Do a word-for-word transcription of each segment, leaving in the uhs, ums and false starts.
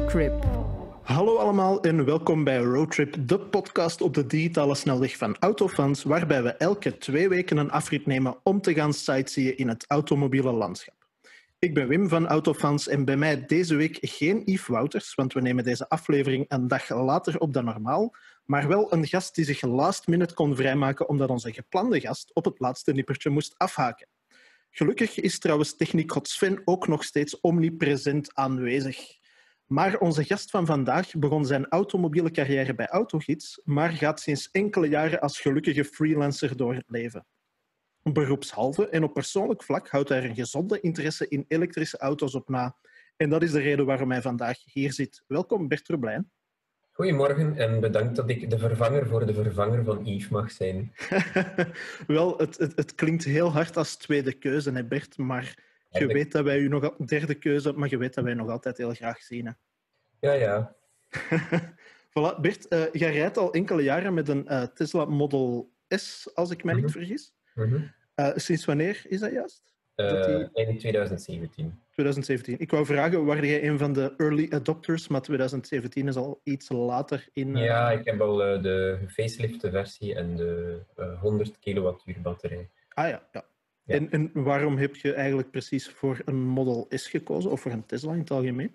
Roadtrip. Hallo allemaal en welkom bij Roadtrip, de podcast op de digitale snelweg van Autofans, waarbij we elke twee weken een afrit nemen om te gaan sightseeën in het automobiele landschap. Ik ben Wim van Autofans en bij mij deze week geen Yves Wouters, want we nemen deze aflevering een dag later op dan normaal, maar wel een gast die zich last minute kon vrijmaken omdat onze geplande gast op het laatste nippertje moest afhaken. Gelukkig is trouwens techniekgod Sven ook nog steeds omnipresent aanwezig. Maar onze gast van vandaag begon zijn automobiele carrière bij Autogids, maar gaat sinds enkele jaren als gelukkige freelancer door het leven. Beroepshalve en op persoonlijk vlak houdt hij een gezonde interesse in elektrische auto's op na. En dat is de reden waarom hij vandaag hier zit. Welkom Bert Roblijn. Goedemorgen en bedankt dat ik de vervanger voor de vervanger van Yves mag zijn. Wel, het, het, het klinkt heel hard als tweede keuze, hè Bert, maar je weet dat wij u nog derde keuze, maar je weet dat wij nog altijd heel graag zien. Hè? Ja, ja. Voilà, Bert, uh, jij rijdt al enkele jaren met een uh, Tesla Model S, als ik mij Mm-hmm. niet vergis. Mm-hmm. Uh, sinds wanneer is dat juist? Uh, dat die... In twintig zeventien. twintig zeventien. Ik wou vragen, waren jij een van de early adopters, maar twintig zeventien is al iets later in... Uh... Ja, ik heb al uh, de facelifte versie en de uh, honderd kilowattuur batterij. Ah ja, ja. ja. En, en waarom heb je eigenlijk precies voor een Model S gekozen, of voor een Tesla in het algemeen?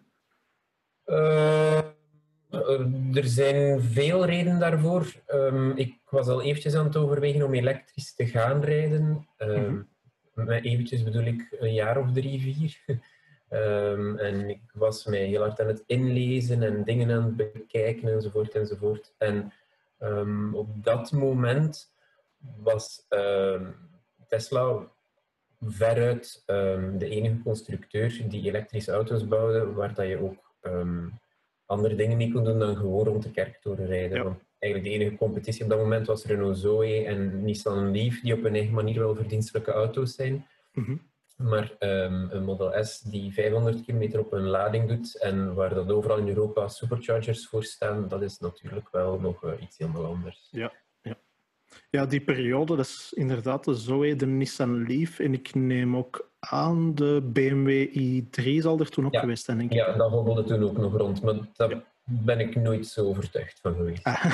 Uh, er zijn veel redenen daarvoor. Um, ik was al eventjes aan het overwegen om elektrisch te gaan rijden. Um, mm-hmm. Met eventjes bedoel ik een jaar of drie, vier. Um, en ik was mij heel hard aan het inlezen en dingen aan het bekijken enzovoort enzovoort. En um, op dat moment was um, Tesla veruit um, de enige constructeur die elektrische auto's bouwde, waar dat je ook um, andere dingen mee kon doen dan gewoon rond de kerktoren rijden. Ja. Want eigenlijk de enige competitie op dat moment was Renault Zoe en Nissan Leaf, die op hun eigen manier wel verdienstelijke auto's zijn. Mm-hmm. Maar um, een Model S die vijfhonderd kilometer op een lading doet en waar dat overal in Europa superchargers voor staan, dat is natuurlijk wel nog uh, iets helemaal anders. Ja, ja. ja, die periode, dat is inderdaad de Zoe, de Nissan Leaf en ik neem ook aan de B M W i drie zal er toen ook ja. geweest zijn, denk ik. Ja, dat hobbelde toen ook nog rond, maar daar ja. ben ik nooit zo overtuigd van geweest. Ah.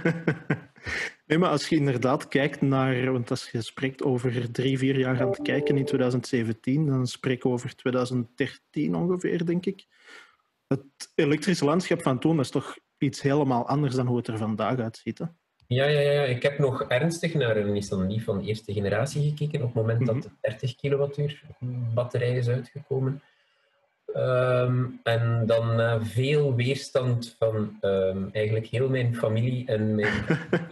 Nee, maar als je inderdaad kijkt naar, want als je spreekt over drie, vier jaar aan het kijken in twintig zeventien, dan spreken we over twintig dertien ongeveer, denk ik. Het elektrische landschap van toen is toch iets helemaal anders dan hoe het er vandaag uitziet, hè? Ja, ja, ja, ik heb nog ernstig naar een Nissan Leaf van de eerste generatie gekeken, op het moment mm-hmm. dat de dertig kilowattuur batterij is uitgekomen. Um, en dan na uh, veel weerstand van um, eigenlijk heel mijn familie en mijn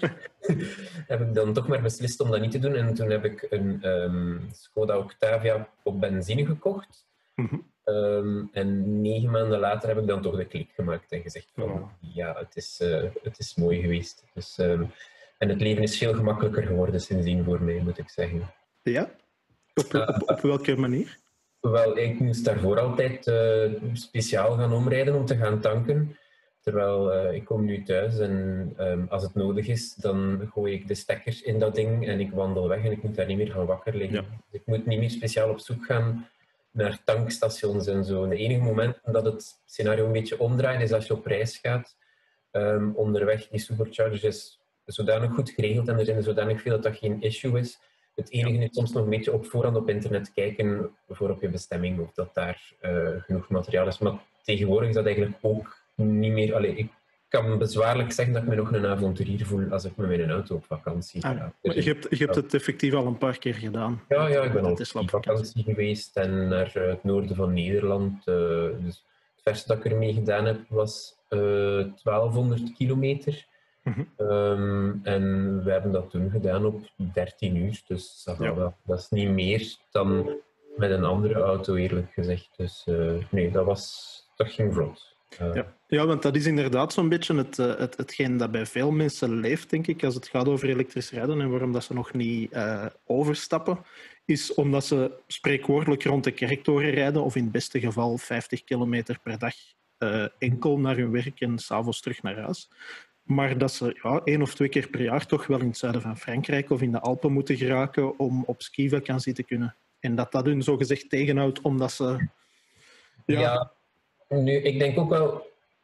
heb ik dan toch maar beslist om dat niet te doen. En toen heb ik een um, Skoda Octavia op benzine gekocht. Mm-hmm. Um, en negen maanden later heb ik dan toch de klik gemaakt en gezegd van oh. ja, het is, uh, het is mooi geweest. Dus, um, en het leven is veel gemakkelijker geworden sindsdien voor mij, moet ik zeggen. Ja? Op, op, op welke manier? Wel, ik moest daarvoor altijd uh, speciaal gaan omrijden om te gaan tanken. Terwijl uh, ik kom nu thuis en um, als het nodig is, dan gooi ik de stekker in dat ding en ik wandel weg en ik moet daar niet meer gaan wakker liggen. Ja. Dus ik moet niet meer speciaal op zoek gaan naar tankstations en zo. En de enige moment dat het scenario een beetje omdraait is als je op reis gaat. Um, onderweg, die supercharger is zodanig goed geregeld en er zijn er zodanig veel dat dat geen issue is. Het enige is soms nog een beetje op voorhand op internet kijken voor op je bestemming of dat daar uh, genoeg materiaal is. Maar tegenwoordig is dat eigenlijk ook niet meer... Allee, ik kan bezwaarlijk zeggen dat ik me nog een avonturier voel als ik met mijn auto op vakantie ga. Ah, maar je hebt, je hebt het effectief al een paar keer gedaan. Ja, ja ik ben al op vakantie. vakantie geweest en naar uh, het noorden van Nederland. Uh, dus het verste dat ik ermee gedaan heb was uh, twaalfhonderd kilometer. Mm-hmm. Um, en we hebben dat toen gedaan op dertien uur, dus dat, ja. dat, dat is niet meer dan met een andere auto, eerlijk gezegd. Dus uh, nee, dat, was, dat ging vlot. Uh, ja. ja, want dat is inderdaad zo'n beetje het, het, hetgeen dat bij veel mensen leeft, denk ik, als het gaat over elektrisch rijden en waarom dat ze nog niet uh, overstappen, is omdat ze spreekwoordelijk rond de kerktoren rijden of in het beste geval vijftig kilometer per dag uh, enkel naar hun werk en 's avonds terug naar huis. Maar dat ze ja, één of twee keer per jaar toch wel in het zuiden van Frankrijk of in de Alpen moeten geraken om op skivakantie te kunnen. En dat dat hun zogezegd tegenhoudt omdat ze... Ja, ja nu, ik denk ook wel...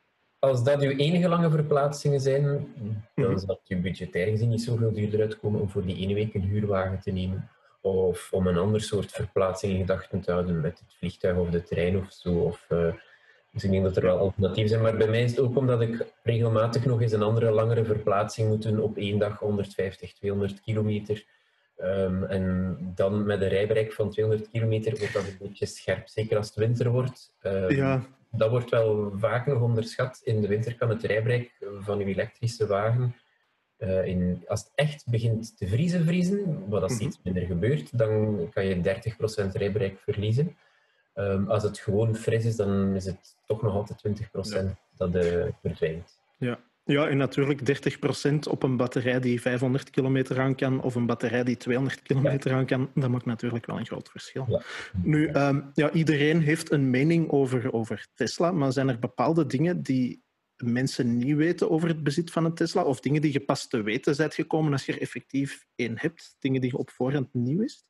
als dat uw enige lange verplaatsingen zijn, dan Mhm. zal het u budgetair gezien niet zoveel duurder uitkomen om voor die ene week een huurwagen te nemen. Of om een ander soort verplaatsing in gedachten te houden met het vliegtuig of de trein of zo. Of, uh, dus ik denk dat er wel alternatieven zijn. Maar bij mij is het ook omdat ik regelmatig nog eens een andere langere verplaatsing moet doen op één dag honderdvijftig, tweehonderd kilometer. Um, en dan met een rijbereik van tweehonderd kilometer wordt dat een beetje scherp. Zeker als het winter wordt. Um, Ja. Dat wordt wel vaak nog onderschat. In de winter kan het rijbereik van uw elektrische wagen, uh, in, als het echt begint te vriezen, vriezen, wat als iets minder gebeurt, dan kan je dertig procent rijbereik verliezen. Um, als het gewoon fris is, dan is het toch nog altijd twintig procent ja. dat uh, verdwijnt. Ja. Ja, en natuurlijk dertig procent op een batterij die vijfhonderd kilometer aan kan of een batterij die tweehonderd kilometer ja. aan kan, dat maakt natuurlijk wel een groot verschil. Ja. Nu, um, ja, iedereen heeft een mening over, over Tesla, maar zijn er bepaalde dingen die mensen niet weten over het bezit van een Tesla of dingen die je pas te weten bent gekomen als je er effectief één hebt? Dingen die je op voorhand niet wist?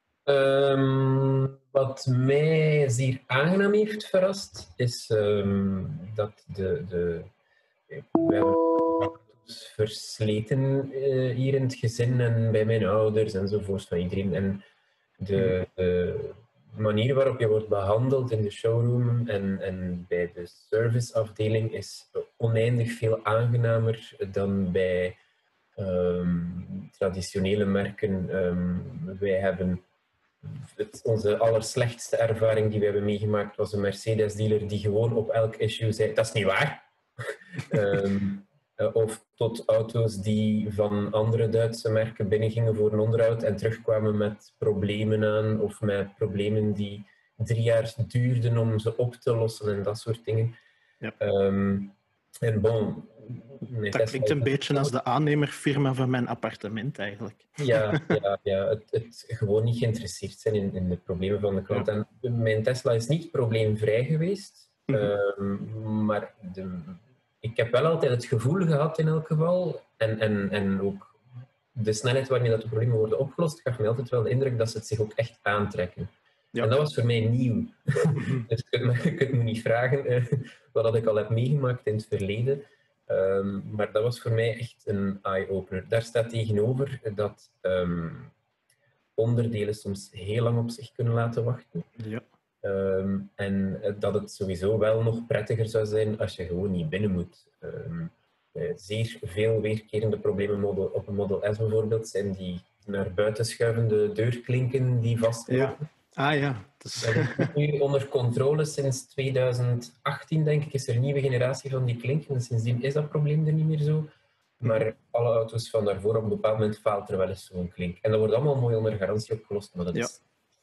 Um, wat mij zeer aangenaam heeft verrast, is um, dat de... de we hebben versleten uh, hier in het gezin en bij mijn ouders enzovoort van iedereen. En de, de manier waarop je wordt behandeld in de showroom en, en bij de serviceafdeling is oneindig veel aangenamer dan bij um, traditionele merken. Um, wij hebben het, onze allerslechtste ervaring die we hebben meegemaakt was een Mercedes-dealer die gewoon op elk issue zei, dat is niet waar. um, Uh, of tot auto's die van andere Duitse merken binnengingen voor een onderhoud en terugkwamen met problemen aan of met problemen die drie jaar duurden om ze op te lossen en dat soort dingen. Ja. Um, en bon, dat Tesla klinkt een beetje als de aannemerfirma van mijn appartement eigenlijk. Ja, ja, ja het, het gewoon niet geïnteresseerd zijn in, in de problemen van de klant. Ja. En mijn Tesla is niet probleemvrij geweest, mm-hmm. um, maar de... Ik heb wel altijd het gevoel gehad in elk geval, en, en, en ook de snelheid waarmee dat de problemen worden opgelost, gaf mij altijd wel de indruk dat ze het zich ook echt aantrekken. Ja. En dat was voor mij nieuw. Dus je kunt, me, je kunt me niet vragen eh, wat dat ik al heb meegemaakt in het verleden, um, maar dat was voor mij echt een eye-opener. Daar staat tegenover dat um, onderdelen soms heel lang op zich kunnen laten wachten. Ja. Um, en dat het sowieso wel nog prettiger zou zijn als je gewoon niet binnen moet. Um, uh, zeer veel weerkerende problemen model, op een Model S bijvoorbeeld zijn die naar buiten schuivende deurklinken die vastlopen. Ja. Ah ja. Dus... Dat is nu onder controle sinds tweeduizend achttien, denk ik, is er een nieuwe generatie van die klinken. En sindsdien is dat probleem er niet meer zo. Maar alle auto's van daarvoor, op een bepaald moment faalt er wel eens zo'n klink. En dat wordt allemaal mooi onder garantie opgelost, maar dat ja. is...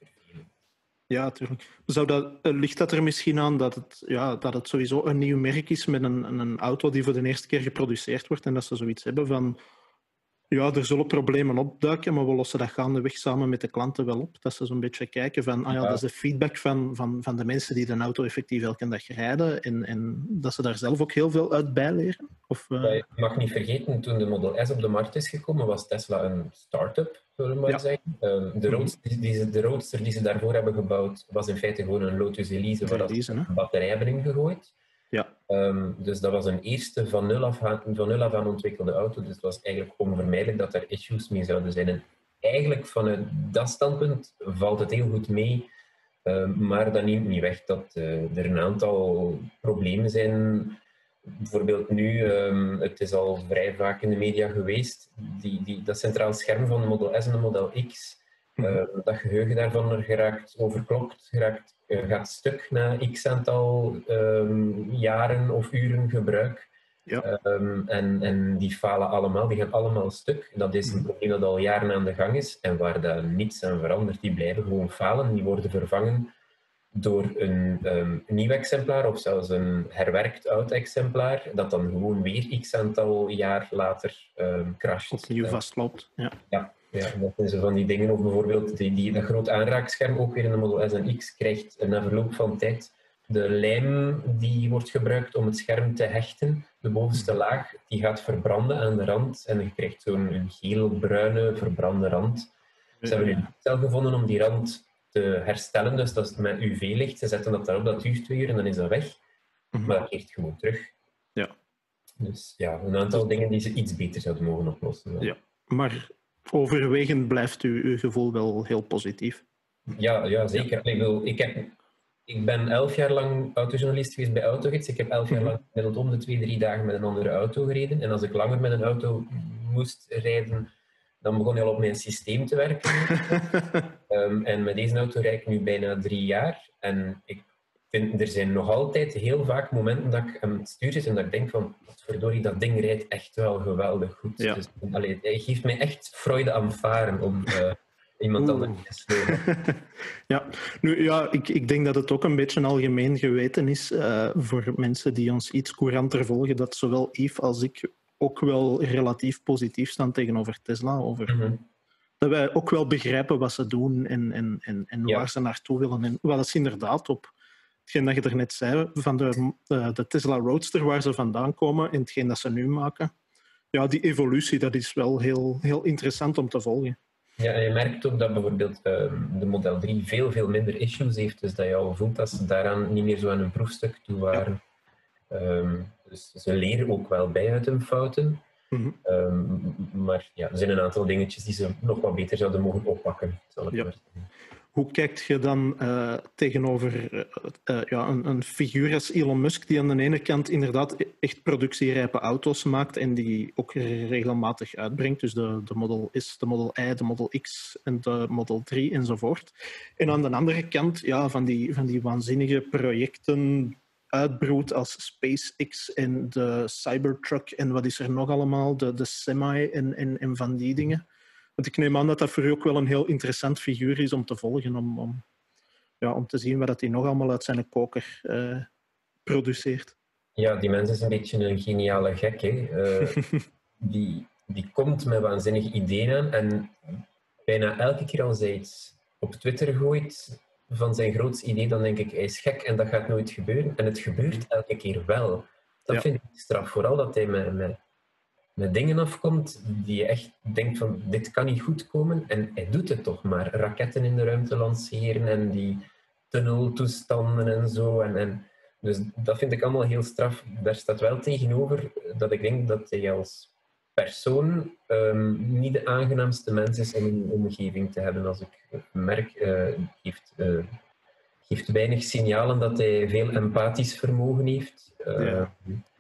Ja, natuurlijk. Zou dat, ligt dat er misschien aan dat het, ja, dat het sowieso een nieuw merk is met een, een auto die voor de eerste keer geproduceerd wordt en dat ze zoiets hebben van ja, er zullen problemen opduiken, maar we lossen dat gaandeweg samen met de klanten wel op. Dat ze zo'n beetje kijken van, ah ja, ja. dat is de feedback van, van, van de mensen die de auto effectief elke dag rijden en, en dat ze daar zelf ook heel veel uit bijleren. Of, uh... ja, je mag niet vergeten, toen de Model S op de markt is gekomen, was Tesla een start-up, zullen we maar ja. zeggen. Um, de, roadster, die ze, de Roadster die ze daarvoor hebben gebouwd, was in feite gewoon een Lotus Elise waar Elise, ze een batterij hebben ingegooid. Ja. Um, dus dat was een eerste van nul, af aan, van nul af aan ontwikkelde auto. Dus het was eigenlijk onvermijdelijk dat er issues mee zouden zijn. En eigenlijk vanuit dat standpunt valt het heel goed mee. Um, maar dat neemt niet weg dat uh, er een aantal problemen zijn. Bijvoorbeeld nu, um, het is al vrij vaak in de media geweest, die, die, dat centraal scherm van de Model S en de Model X, uh, dat geheugen daarvan geraakt overklokt, geraakt, uh, gaat stuk na x aantal um, jaren of uren gebruik. Ja. Um, en, en die falen allemaal, die gaan allemaal stuk. Dat is een probleem dat al jaren aan de gang is en waar daar niets aan verandert. Die blijven gewoon falen, die worden vervangen door een, um, een nieuw exemplaar of zelfs een herwerkt oud exemplaar, dat dan gewoon weer x aantal jaar later um, crasht. Opnieuw vastloopt. Ja. Ja, ja, dat zijn zo van die dingen. Of bijvoorbeeld die, die, dat groot aanraakscherm, ook weer in de Model S en X, krijgt na verloop van tijd de lijm die wordt gebruikt om het scherm te hechten, de bovenste laag, die gaat verbranden aan de rand en je krijgt zo'n geel-bruine verbrande rand. Ze hebben nu een stel gevonden om die rand te herstellen, dus dat is met U V-licht. Ze zetten dat daarop, dat duurt twee uur en dan is dat weg. Mm-hmm. Maar dat keert gewoon terug. Ja. Dus ja, een aantal dingen die ze iets beter zouden mogen oplossen. Ja, maar overwegend blijft uw, uw gevoel wel heel positief. Ja, ja zeker. Ja. Ik, wil, ik, heb, ik ben elf jaar lang autojournalist geweest bij Autogids. Ik heb elf jaar lang gemiddeld om de twee, drie dagen met een andere auto gereden. En als ik langer met een auto moest rijden, dan begon hij al op mijn systeem te werken. um, en met deze auto rijd ik nu bijna drie jaar. En ik vind, er zijn nog altijd heel vaak momenten dat ik aan het stuur zit en dat ik denk van, verdorie, dat ding rijdt echt wel geweldig goed. Ja. Dus, allee, hij geeft mij echt freude aan varen om uh, iemand anders te sleuren. Ja, nu, ja ik, ik denk dat het ook een beetje een algemeen geweten is uh, voor mensen die ons iets couranter volgen, dat zowel Yves als ik ook wel relatief positief staan tegenover Tesla. Over, mm-hmm. Dat wij ook wel begrijpen wat ze doen en, en, en, en ja. waar ze naartoe willen. En wat is inderdaad op hetgeen dat je er net zei, van de, uh, de Tesla Roadster, waar ze vandaan komen en hetgeen dat ze nu maken. Ja, die evolutie, dat is wel heel, heel interessant om te volgen. Ja, en je merkt ook dat bijvoorbeeld uh, de Model drie veel, veel minder issues heeft. Dus dat je al voelt dat ze daaraan niet meer zo aan een proefstuk toe waren. Ja. Um, dus ze leren ook wel bij uit hun fouten. Mm-hmm. Um, maar ja, er zijn een aantal dingetjes die ze nog wat beter zouden mogen oppakken, zal ik ja. maar zeggen. Hoe kijkt je dan uh, tegenover uh, uh, ja, een, een figuur als Elon Musk, die aan de ene kant inderdaad echt productierijpe auto's maakt en die ook regelmatig uitbrengt, dus de, de Model S, de Model Y, de Model X en de Model drie enzovoort. En aan de andere kant ja, van, die, van die waanzinnige projecten uitbroedt als SpaceX en de Cybertruck en wat is er nog allemaal, de, de Semi en, en, en van die dingen. Want ik neem aan dat dat voor u ook wel een heel interessant figuur is om te volgen, om, om, ja, om te zien wat hij nog allemaal uit zijn koker uh, produceert. Ja, die mens is een beetje een geniale gek. Hè? Uh, die, die komt met waanzinnige ideeën aan en bijna elke keer als hij iets op Twitter gooit van zijn grootste idee, dan denk ik, hij is gek en dat gaat nooit gebeuren. En het gebeurt elke keer wel. Dat ja. vind ik straf. Vooral dat hij met... met met dingen afkomt die je echt denkt van dit kan niet goed komen en hij doet het toch maar. Raketten in de ruimte lanceren en die tunneltoestanden en zo. En, en, dus dat vind ik allemaal heel straf. Daar staat wel tegenover dat ik denk dat hij als persoon um, niet de aangenaamste mens is om een omgeving te hebben. Als ik merk, uh, geeft, uh, geeft weinig signalen dat hij veel empathisch vermogen heeft. Uh, ja.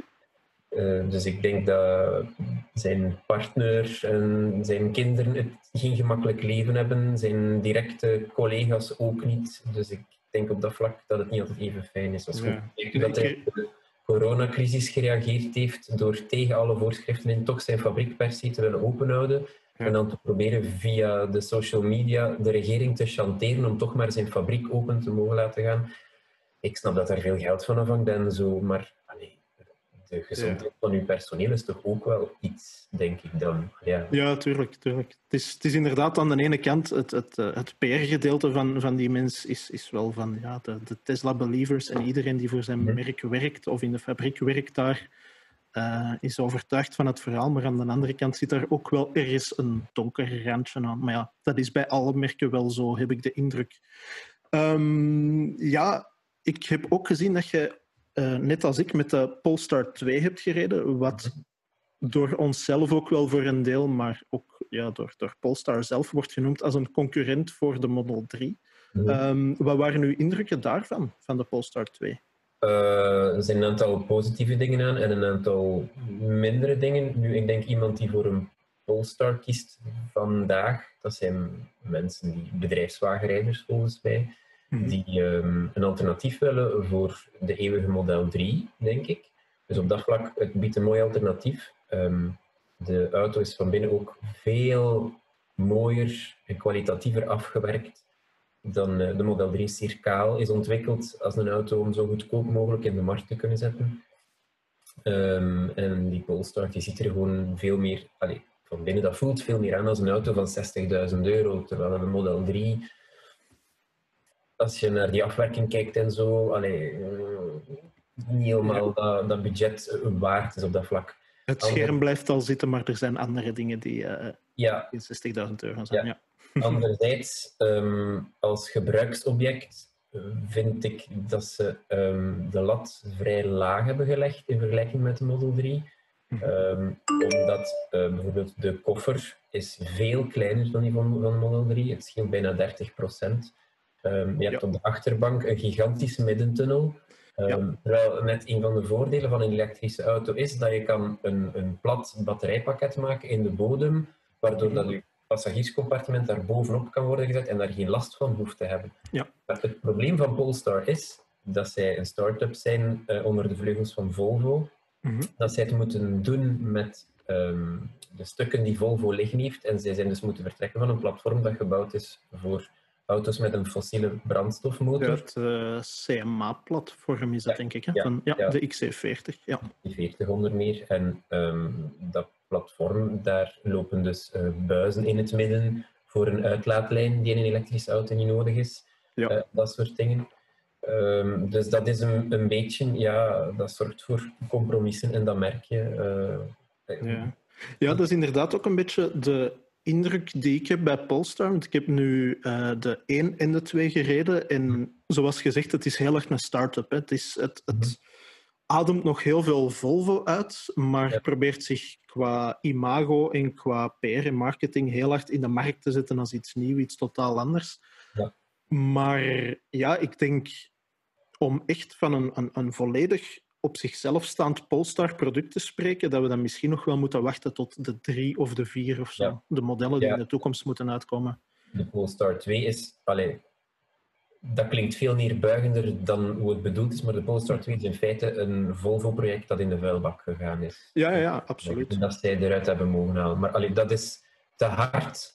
Uh, dus ik denk dat zijn partner en zijn kinderen het geen gemakkelijk leven hebben. Zijn directe collega's ook niet. Dus ik denk op dat vlak dat het niet altijd even fijn is. Als ja. Ik denk dat hij op de coronacrisis gereageerd heeft door tegen alle voorschriften in toch zijn fabriek per se te willen openhouden. Ja. En dan te proberen via de social media de regering te chanteren om toch maar zijn fabriek open te mogen laten gaan. Ik snap dat er veel geld van afhangt en zo, maar... Allee, de gezondheid ja. van uw personeel is toch ook wel iets, denk ik dan. Ja, ja tuurlijk. tuurlijk. Het, is, het is inderdaad aan de ene kant, het, het, het P R-gedeelte van, van die mens is, is wel van ja, de, de Tesla-believers en iedereen die voor zijn mm-hmm. merk werkt of in de fabriek werkt daar, uh, is overtuigd van het verhaal. Maar aan de andere kant zit daar ook wel ergens een donker randje aan. Maar ja, dat is bij alle merken wel zo, heb ik de indruk. Um, ja, ik heb ook gezien dat je Uh, net als ik met de Polestar twee hebt gereden, wat door onszelf ook wel voor een deel, maar ook ja, door, door Polestar zelf wordt genoemd als een concurrent voor de Model drie. Mm-hmm. Um, wat waren uw indrukken daarvan, van de Polestar twee? Uh, er zijn een aantal positieve dingen aan en een aantal mindere dingen. Nu, ik denk iemand die voor een Polestar kiest vandaag, dat zijn mensen die bedrijfswagenrijders volgens mij, die um, een alternatief willen voor de eeuwige Model drie, denk ik. Dus op dat vlak, het biedt een mooi alternatief. Um, de auto is van binnen ook veel mooier en kwalitatiever afgewerkt dan uh, de Model drie. Zeer kaal, is ontwikkeld als een auto om zo goedkoop mogelijk in de markt te kunnen zetten. Um, en die Polestar, die ziet er gewoon veel meer... Allez, van binnen, dat voelt veel meer aan als een auto van zestigduizend euro, terwijl een Model drie... Als je naar die afwerking kijkt en zo, allee, niet helemaal ja. dat, dat budget waard is op dat vlak. Het scherm Ander... blijft al zitten, maar er zijn andere dingen die uh, ja. zestigduizend euro zijn. Ja. Ja. Anderzijds, um, als gebruiksobject vind ik dat ze um, de lat vrij laag hebben gelegd in vergelijking met de Model drie. Mm-hmm. Um, omdat uh, bijvoorbeeld de koffer is veel kleiner dan die van, van Model drie. Het scheelt bijna dertig procent. Um, je hebt ja. op de achterbank een gigantische middentunnel. Um, ja. Terwijl net een van de voordelen van een elektrische auto is dat je kan een, een plat batterijpakket maken in de bodem, waardoor mm-hmm. dat je passagierscompartiment daar bovenop kan worden gezet en daar geen last van hoeft te hebben. Ja. Het probleem van Polestar is dat zij een start-up zijn uh, onder de vleugels van Volvo. Mm-hmm. Dat zij het moeten doen met um, de stukken die Volvo liggen heeft. En zij zijn dus moeten vertrekken van een platform dat gebouwd is voor auto's met een fossiele brandstofmotor. Ja, het uh, C M A-platform is dat, ja, denk ik. Hè? Ja, van, ja, ja, de X C veertig. Ja. X C veertig onder meer. En um, dat platform, daar lopen dus uh, buizen in het midden voor een uitlaatlijn die in een elektrische auto niet nodig is. Ja. Uh, dat soort dingen. Um, dus dat is een, een beetje, ja, dat zorgt voor compromissen en dat merk je. Uh, ja. ja, dat is inderdaad ook een beetje de indruk die ik heb bij Polestar. Want ik heb nu uh, de één en de twee gereden. En zoals gezegd, het is heel erg een start-up. Hè. Het, is, het, het ademt nog heel veel Volvo uit, maar ja. probeert zich qua imago en qua P R en marketing heel hard in de markt te zetten als iets nieuws, iets totaal anders. Ja. Maar ja, ik denk om echt van een, een, een volledig op zichzelf staand Polestar-product te spreken, dat we dan misschien nog wel moeten wachten tot de drie of de vier of zo. Ja. De modellen die ja. in de toekomst moeten uitkomen. De Polestar twee is... Allez, dat klinkt veel neerbuigender dan hoe het bedoeld is, maar de Polestar twee is in feite een Volvo-project dat in de vuilbak gegaan is. Ja, ja, absoluut. Dat zij eruit hebben mogen halen. Maar allez, dat is te hard...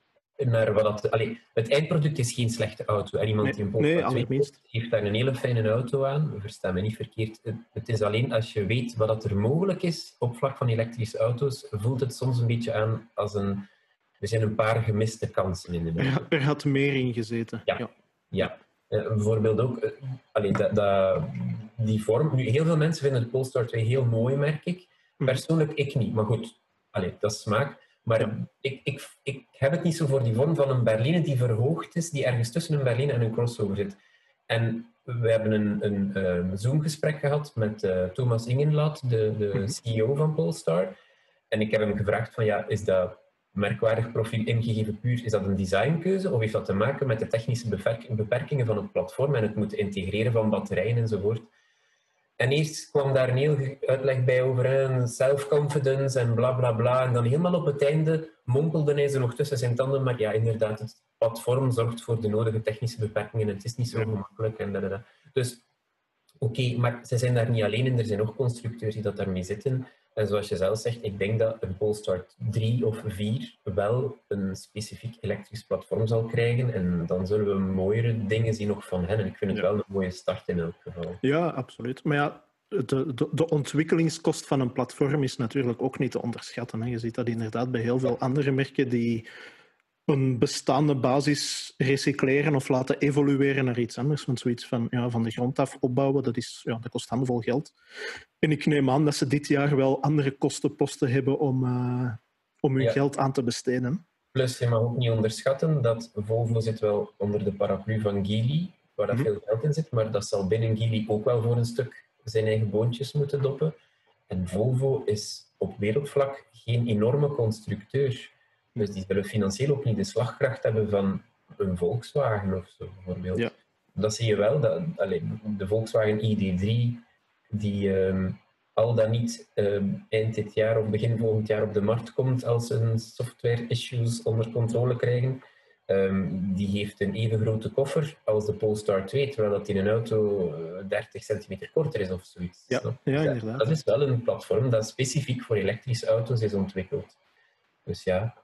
Naar wat dat, allee, het eindproduct is geen slechte auto. En iemand nee, die een Polestar nee, twee heeft, heeft daar een hele fijne auto aan. Versta me niet verkeerd. Het is alleen als je weet wat dat er mogelijk is op vlak van elektrische auto's, voelt het soms een beetje aan als een... Er zijn een paar gemiste kansen in de auto. Er, er had meer in gezeten. Ja, ja. ja. Uh, bijvoorbeeld ook... Uh, allee, dat, dat, die vorm... Nu, heel veel mensen vinden de Polestar twee heel mooi, merk ik. Persoonlijk, ik niet. Maar goed, allee, dat is smaak. Maar ja. ik, ik, ik heb het niet zo voor die vorm van een berline die verhoogd is, die ergens tussen een berline en een crossover zit. En we hebben een, een um, Zoom-gesprek gehad met uh, Thomas Ingenlath, de, de C E O van Polestar. En ik heb hem gevraagd van, ja, is dat merkwaardig profiel ingegeven puur, is dat een designkeuze of heeft dat te maken met de technische beperkingen van het platform en het moeten integreren van batterijen enzovoort? En eerst kwam daar een heel uitleg bij over hè, self-confidence en bla bla bla. En dan helemaal op het einde mompelde hij ze nog tussen zijn tanden. Maar ja, inderdaad, het platform zorgt voor de nodige technische beperkingen. En het is niet zo gemakkelijk. En dat, dat. Dus oké, okay, maar ze zijn daar niet alleen in. Er zijn nog constructeurs die dat daarmee zitten. En zoals je zelf zegt, ik denk dat een Polestar drie of vier wel een specifiek elektrisch platform zal krijgen. En dan zullen we mooiere dingen zien nog van hen. En ik vind het ja. wel een mooie start in elk geval. Ja, absoluut. Maar ja, de, de, de ontwikkelingskost van een platform is natuurlijk ook niet te onderschatten. Hè. Je ziet dat inderdaad bij heel veel andere merken die een bestaande basis recycleren of laten evolueren naar iets anders. Want zoiets van, ja, van de grond af opbouwen, dat, is, ja, dat kost handvol geld. En ik neem aan dat ze dit jaar wel andere kostenposten hebben om, uh, om hun ja. geld aan te besteden. Plus, je mag ook niet onderschatten dat Volvo zit wel onder de paraplu van Geely, waar dat mm-hmm. veel geld in zit, maar dat zal binnen Geely ook wel voor een stuk zijn eigen boontjes moeten doppen. En Volvo is op wereldvlak geen enorme constructeur. Dus die zullen financieel ook niet de slagkracht hebben van een Volkswagen of zo, bijvoorbeeld. Ja. Dat zie je wel. Dat, allez, de Volkswagen I D drie, die um, al dan niet um, eind dit jaar of begin volgend jaar op de markt komt als ze software-issues onder controle krijgen, um, die heeft een even grote koffer als de Polestar twee, terwijl dat in een auto uh, dertig centimeter korter is of zoiets. Ja, ja, inderdaad. Dat is wel een platform dat specifiek voor elektrische auto's is ontwikkeld. Dus ja...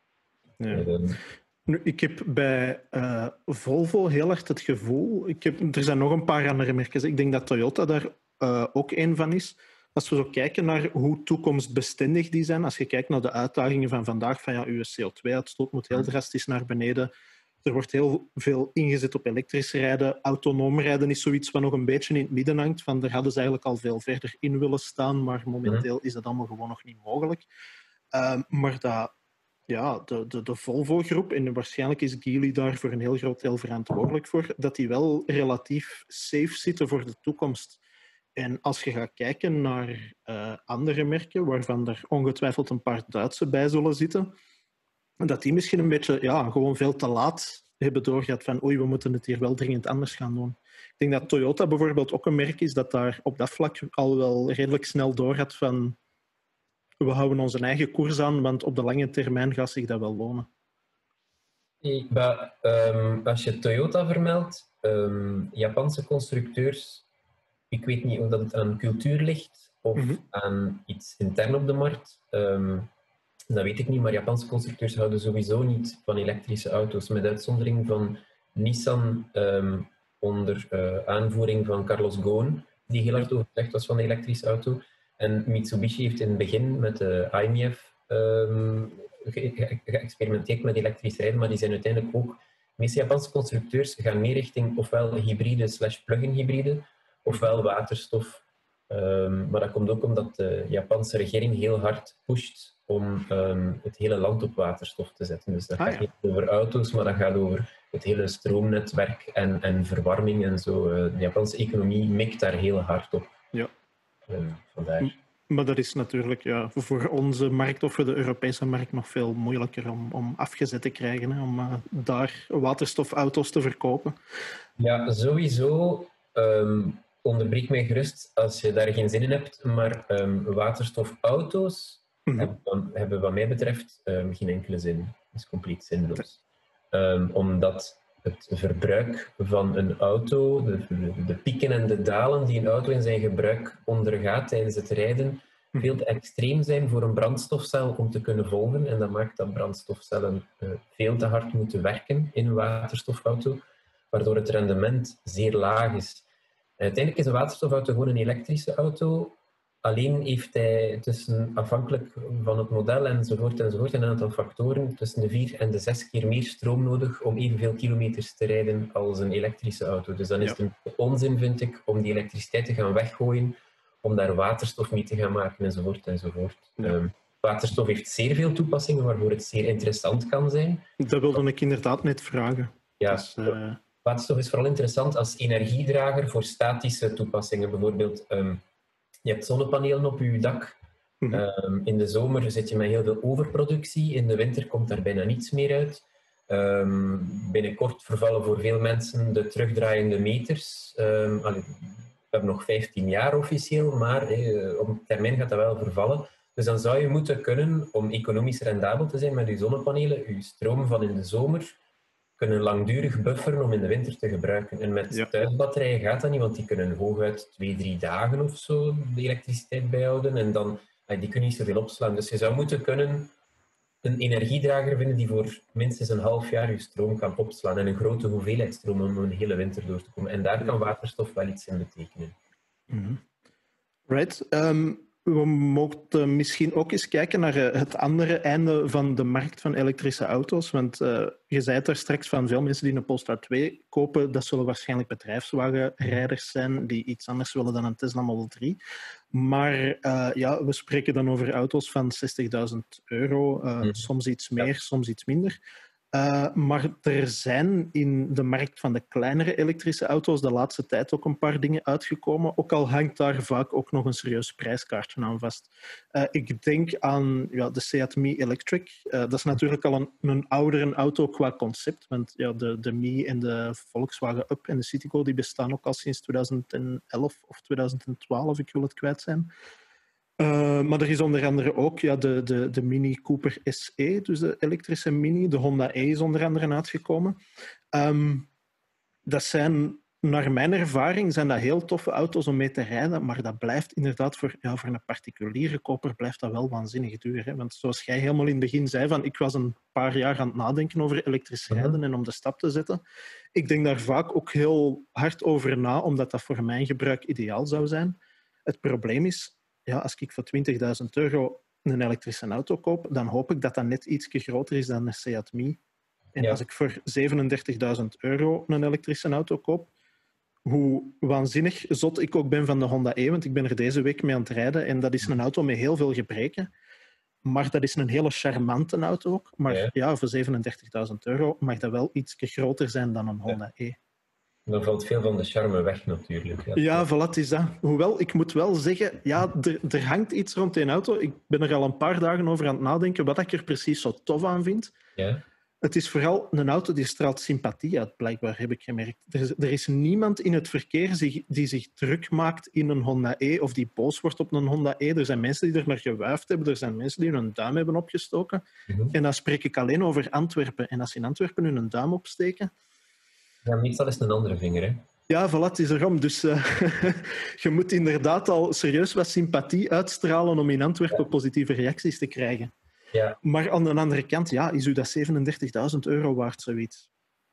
Ja. Nu, ik heb bij uh, Volvo heel erg het gevoel... Ik heb, er zijn nog een paar andere merken. Ik denk dat Toyota daar uh, ook één van is. Als we zo kijken naar hoe toekomstbestendig die zijn, als je kijkt naar de uitdagingen van vandaag, van ja, uw C O twee uitstoot moet heel drastisch naar beneden. Er wordt heel veel ingezet op elektrisch rijden. Autonoom rijden is zoiets wat nog een beetje in het midden hangt. Van, daar hadden ze eigenlijk al veel verder in willen staan, maar momenteel is dat allemaal gewoon nog niet mogelijk. Uh, maar dat... Ja, de, de, de Volvo-groep, en waarschijnlijk is Geely daar voor een heel groot deel verantwoordelijk voor, dat die wel relatief safe zitten voor de toekomst. En als je gaat kijken naar uh, andere merken, waarvan er ongetwijfeld een paar Duitse bij zullen zitten, dat die misschien een beetje ja, gewoon veel te laat hebben doorgehad van oei, we moeten het hier wel dringend anders gaan doen. Ik denk dat Toyota bijvoorbeeld ook een merk is dat daar op dat vlak al wel redelijk snel doorgaat van we houden onze eigen koers aan, want op de lange termijn gaat zich dat wel lonen. Nee, maar, um, als je Toyota vermeldt, um, Japanse constructeurs, ik weet niet of dat het aan cultuur ligt of mm-hmm. aan iets intern op de markt. Um, dat weet ik niet, maar Japanse constructeurs houden sowieso niet van elektrische auto's, met uitzondering van Nissan um, onder uh, aanvoering van Carlos Ghosn, die heel hard overtuigd was van de elektrische auto. En Mitsubishi heeft in het begin met de I M E F um, ge- geëxperimenteerd met elektrisch rijden, maar die zijn uiteindelijk ook... De meeste Japanse constructeurs gaan meer richting ofwel hybride slash plug-in hybride, ofwel waterstof. Um, maar dat komt ook omdat de Japanse regering heel hard pusht om um, het hele land op waterstof te zetten. Dus dat ah, gaat niet ja. over auto's, maar dat gaat over het hele stroomnetwerk en, en verwarming en zo. Uh, de Japanse economie mikt daar heel hard op. Ja. Uh, vandaar. Maar dat is natuurlijk ja, voor onze markt of voor de Europese markt nog veel moeilijker om, om afgezet te krijgen, hè, om uh, daar waterstofauto's te verkopen. Ja, sowieso. Um, onderbreek mij gerust als je daar geen zin in hebt, maar um, waterstofauto's mm-hmm. hebben, hebben wat mij betreft um, geen enkele zin. Dat is compleet zinloos. Um, omdat het verbruik van een auto, de, de, de pieken en de dalen die een auto in zijn gebruik ondergaat tijdens het rijden, veel te extreem zijn voor een brandstofcel om te kunnen volgen. En dat maakt dat brandstofcellen uh, veel te hard moeten werken in een waterstofauto, waardoor het rendement zeer laag is. En uiteindelijk is een waterstofauto gewoon een elektrische auto. Alleen heeft hij tussen, afhankelijk van het model enzovoort, enzovoort, een aantal factoren, tussen de vier en de zes keer meer stroom nodig om evenveel kilometers te rijden als een elektrische auto. Dus dan is het een onzin, vind ik, om die elektriciteit te gaan weggooien, om daar waterstof mee te gaan maken, enzovoort, enzovoort. Ja. Um, waterstof heeft zeer veel toepassingen waarvoor het zeer interessant kan zijn. Dat wilde ik inderdaad net vragen. Ja. Dus, uh... Waterstof is vooral interessant als energiedrager voor statische toepassingen. Bijvoorbeeld, um, je hebt zonnepanelen op je dak. Mm-hmm. Um, in de zomer zit je met heel veel overproductie. In de winter komt daar bijna niets meer uit. Um, binnenkort vervallen voor veel mensen de terugdraaiende meters. Um, allee, we hebben nog vijftien jaar officieel, maar hey, op termijn gaat dat wel vervallen. Dus dan zou je moeten kunnen, om economisch rendabel te zijn met je zonnepanelen, je stroom van in de zomer kunnen langdurig bufferen om in de winter te gebruiken. En met ja. thuisbatterijen gaat dat niet, want die kunnen hooguit twee, drie dagen of zo de elektriciteit bijhouden. En dan, die kunnen niet zoveel opslaan. Dus je zou moeten kunnen een energiedrager vinden die voor minstens een half jaar je stroom kan opslaan. En een grote hoeveelheid stroom om een hele winter door te komen. En daar kan waterstof wel iets in betekenen. Mm-hmm. Right. Um... We mochten misschien ook eens kijken naar het andere einde van de markt van elektrische auto's. Want uh, je zei het er straks van veel mensen die een Polestar twee kopen, dat zullen waarschijnlijk bedrijfswagenrijders zijn die iets anders willen dan een Tesla Model drie. Maar uh, ja, we spreken dan over auto's van zestigduizend euro, uh, mm. soms iets meer, ja. soms iets minder. Uh, maar er zijn in de markt van de kleinere elektrische auto's de laatste tijd ook een paar dingen uitgekomen. Ook al hangt daar vaak ook nog een serieus prijskaartje aan vast. Uh, ik denk aan ja, de Seat Mii Electric. Uh, dat is natuurlijk al een, een oudere auto qua concept. Want ja, de, de Mii en de Volkswagen Up en de Citigo die bestaan ook al sinds tweeduizend elf of tweeduizend twaalf. Ik wil het kwijt zijn. Uh, maar er is onder andere ook ja, de, de, de Mini Cooper S E, dus de elektrische Mini. De Honda E is onder andere uitgekomen. Um, dat zijn, naar mijn ervaring, zijn dat heel toffe auto's om mee te rijden, maar dat blijft inderdaad voor, ja, voor een particuliere koper blijft dat wel waanzinnig duur. Hè? Want zoals jij helemaal in het begin zei, van, ik was een paar jaar aan het nadenken over elektrisch rijden mm-hmm. en om de stap te zetten. Ik denk daar vaak ook heel hard over na, omdat dat voor mijn gebruik ideaal zou zijn. Het probleem is, ja, als ik voor twintigduizend euro een elektrische auto koop, dan hoop ik dat dat net iets groter is dan een Seat Mii. En ja. als ik voor zevenendertigduizend euro een elektrische auto koop, hoe waanzinnig zot ik ook ben van de Honda E, want ik ben er deze week mee aan het rijden en dat is een auto met heel veel gebreken. Maar dat is een hele charmante auto ook. Maar ja, ja voor zevenendertigduizend euro mag dat wel iets groter zijn dan een Honda ja. E. Dan valt veel van de charme weg natuurlijk. Ja, Ja, voilà, het is dat. Hoewel, ik moet wel zeggen, ja, er, er hangt iets rond die auto. Ik ben er al een paar dagen over aan het nadenken wat ik er precies zo tof aan vind. ja? Het is vooral een auto die straalt sympathie uit, blijkbaar, heb ik gemerkt. Er is, er is niemand in het verkeer die, die zich druk maakt in een Honda E of die boos wordt op een Honda E. Er zijn mensen die er naar gewuifd hebben, er zijn mensen die hun duim hebben opgestoken. Mhm. En dan spreek ik alleen over Antwerpen. En als ze in Antwerpen hun duim opsteken... Ja, meestal is het een andere vinger, hè? Ja, voilà, het is erom. Dus uh, je moet inderdaad al serieus wat sympathie uitstralen om in Antwerpen positieve reacties te krijgen. Ja. Maar aan de andere kant, ja, is u dat zevenendertigduizend euro waard, zoiets?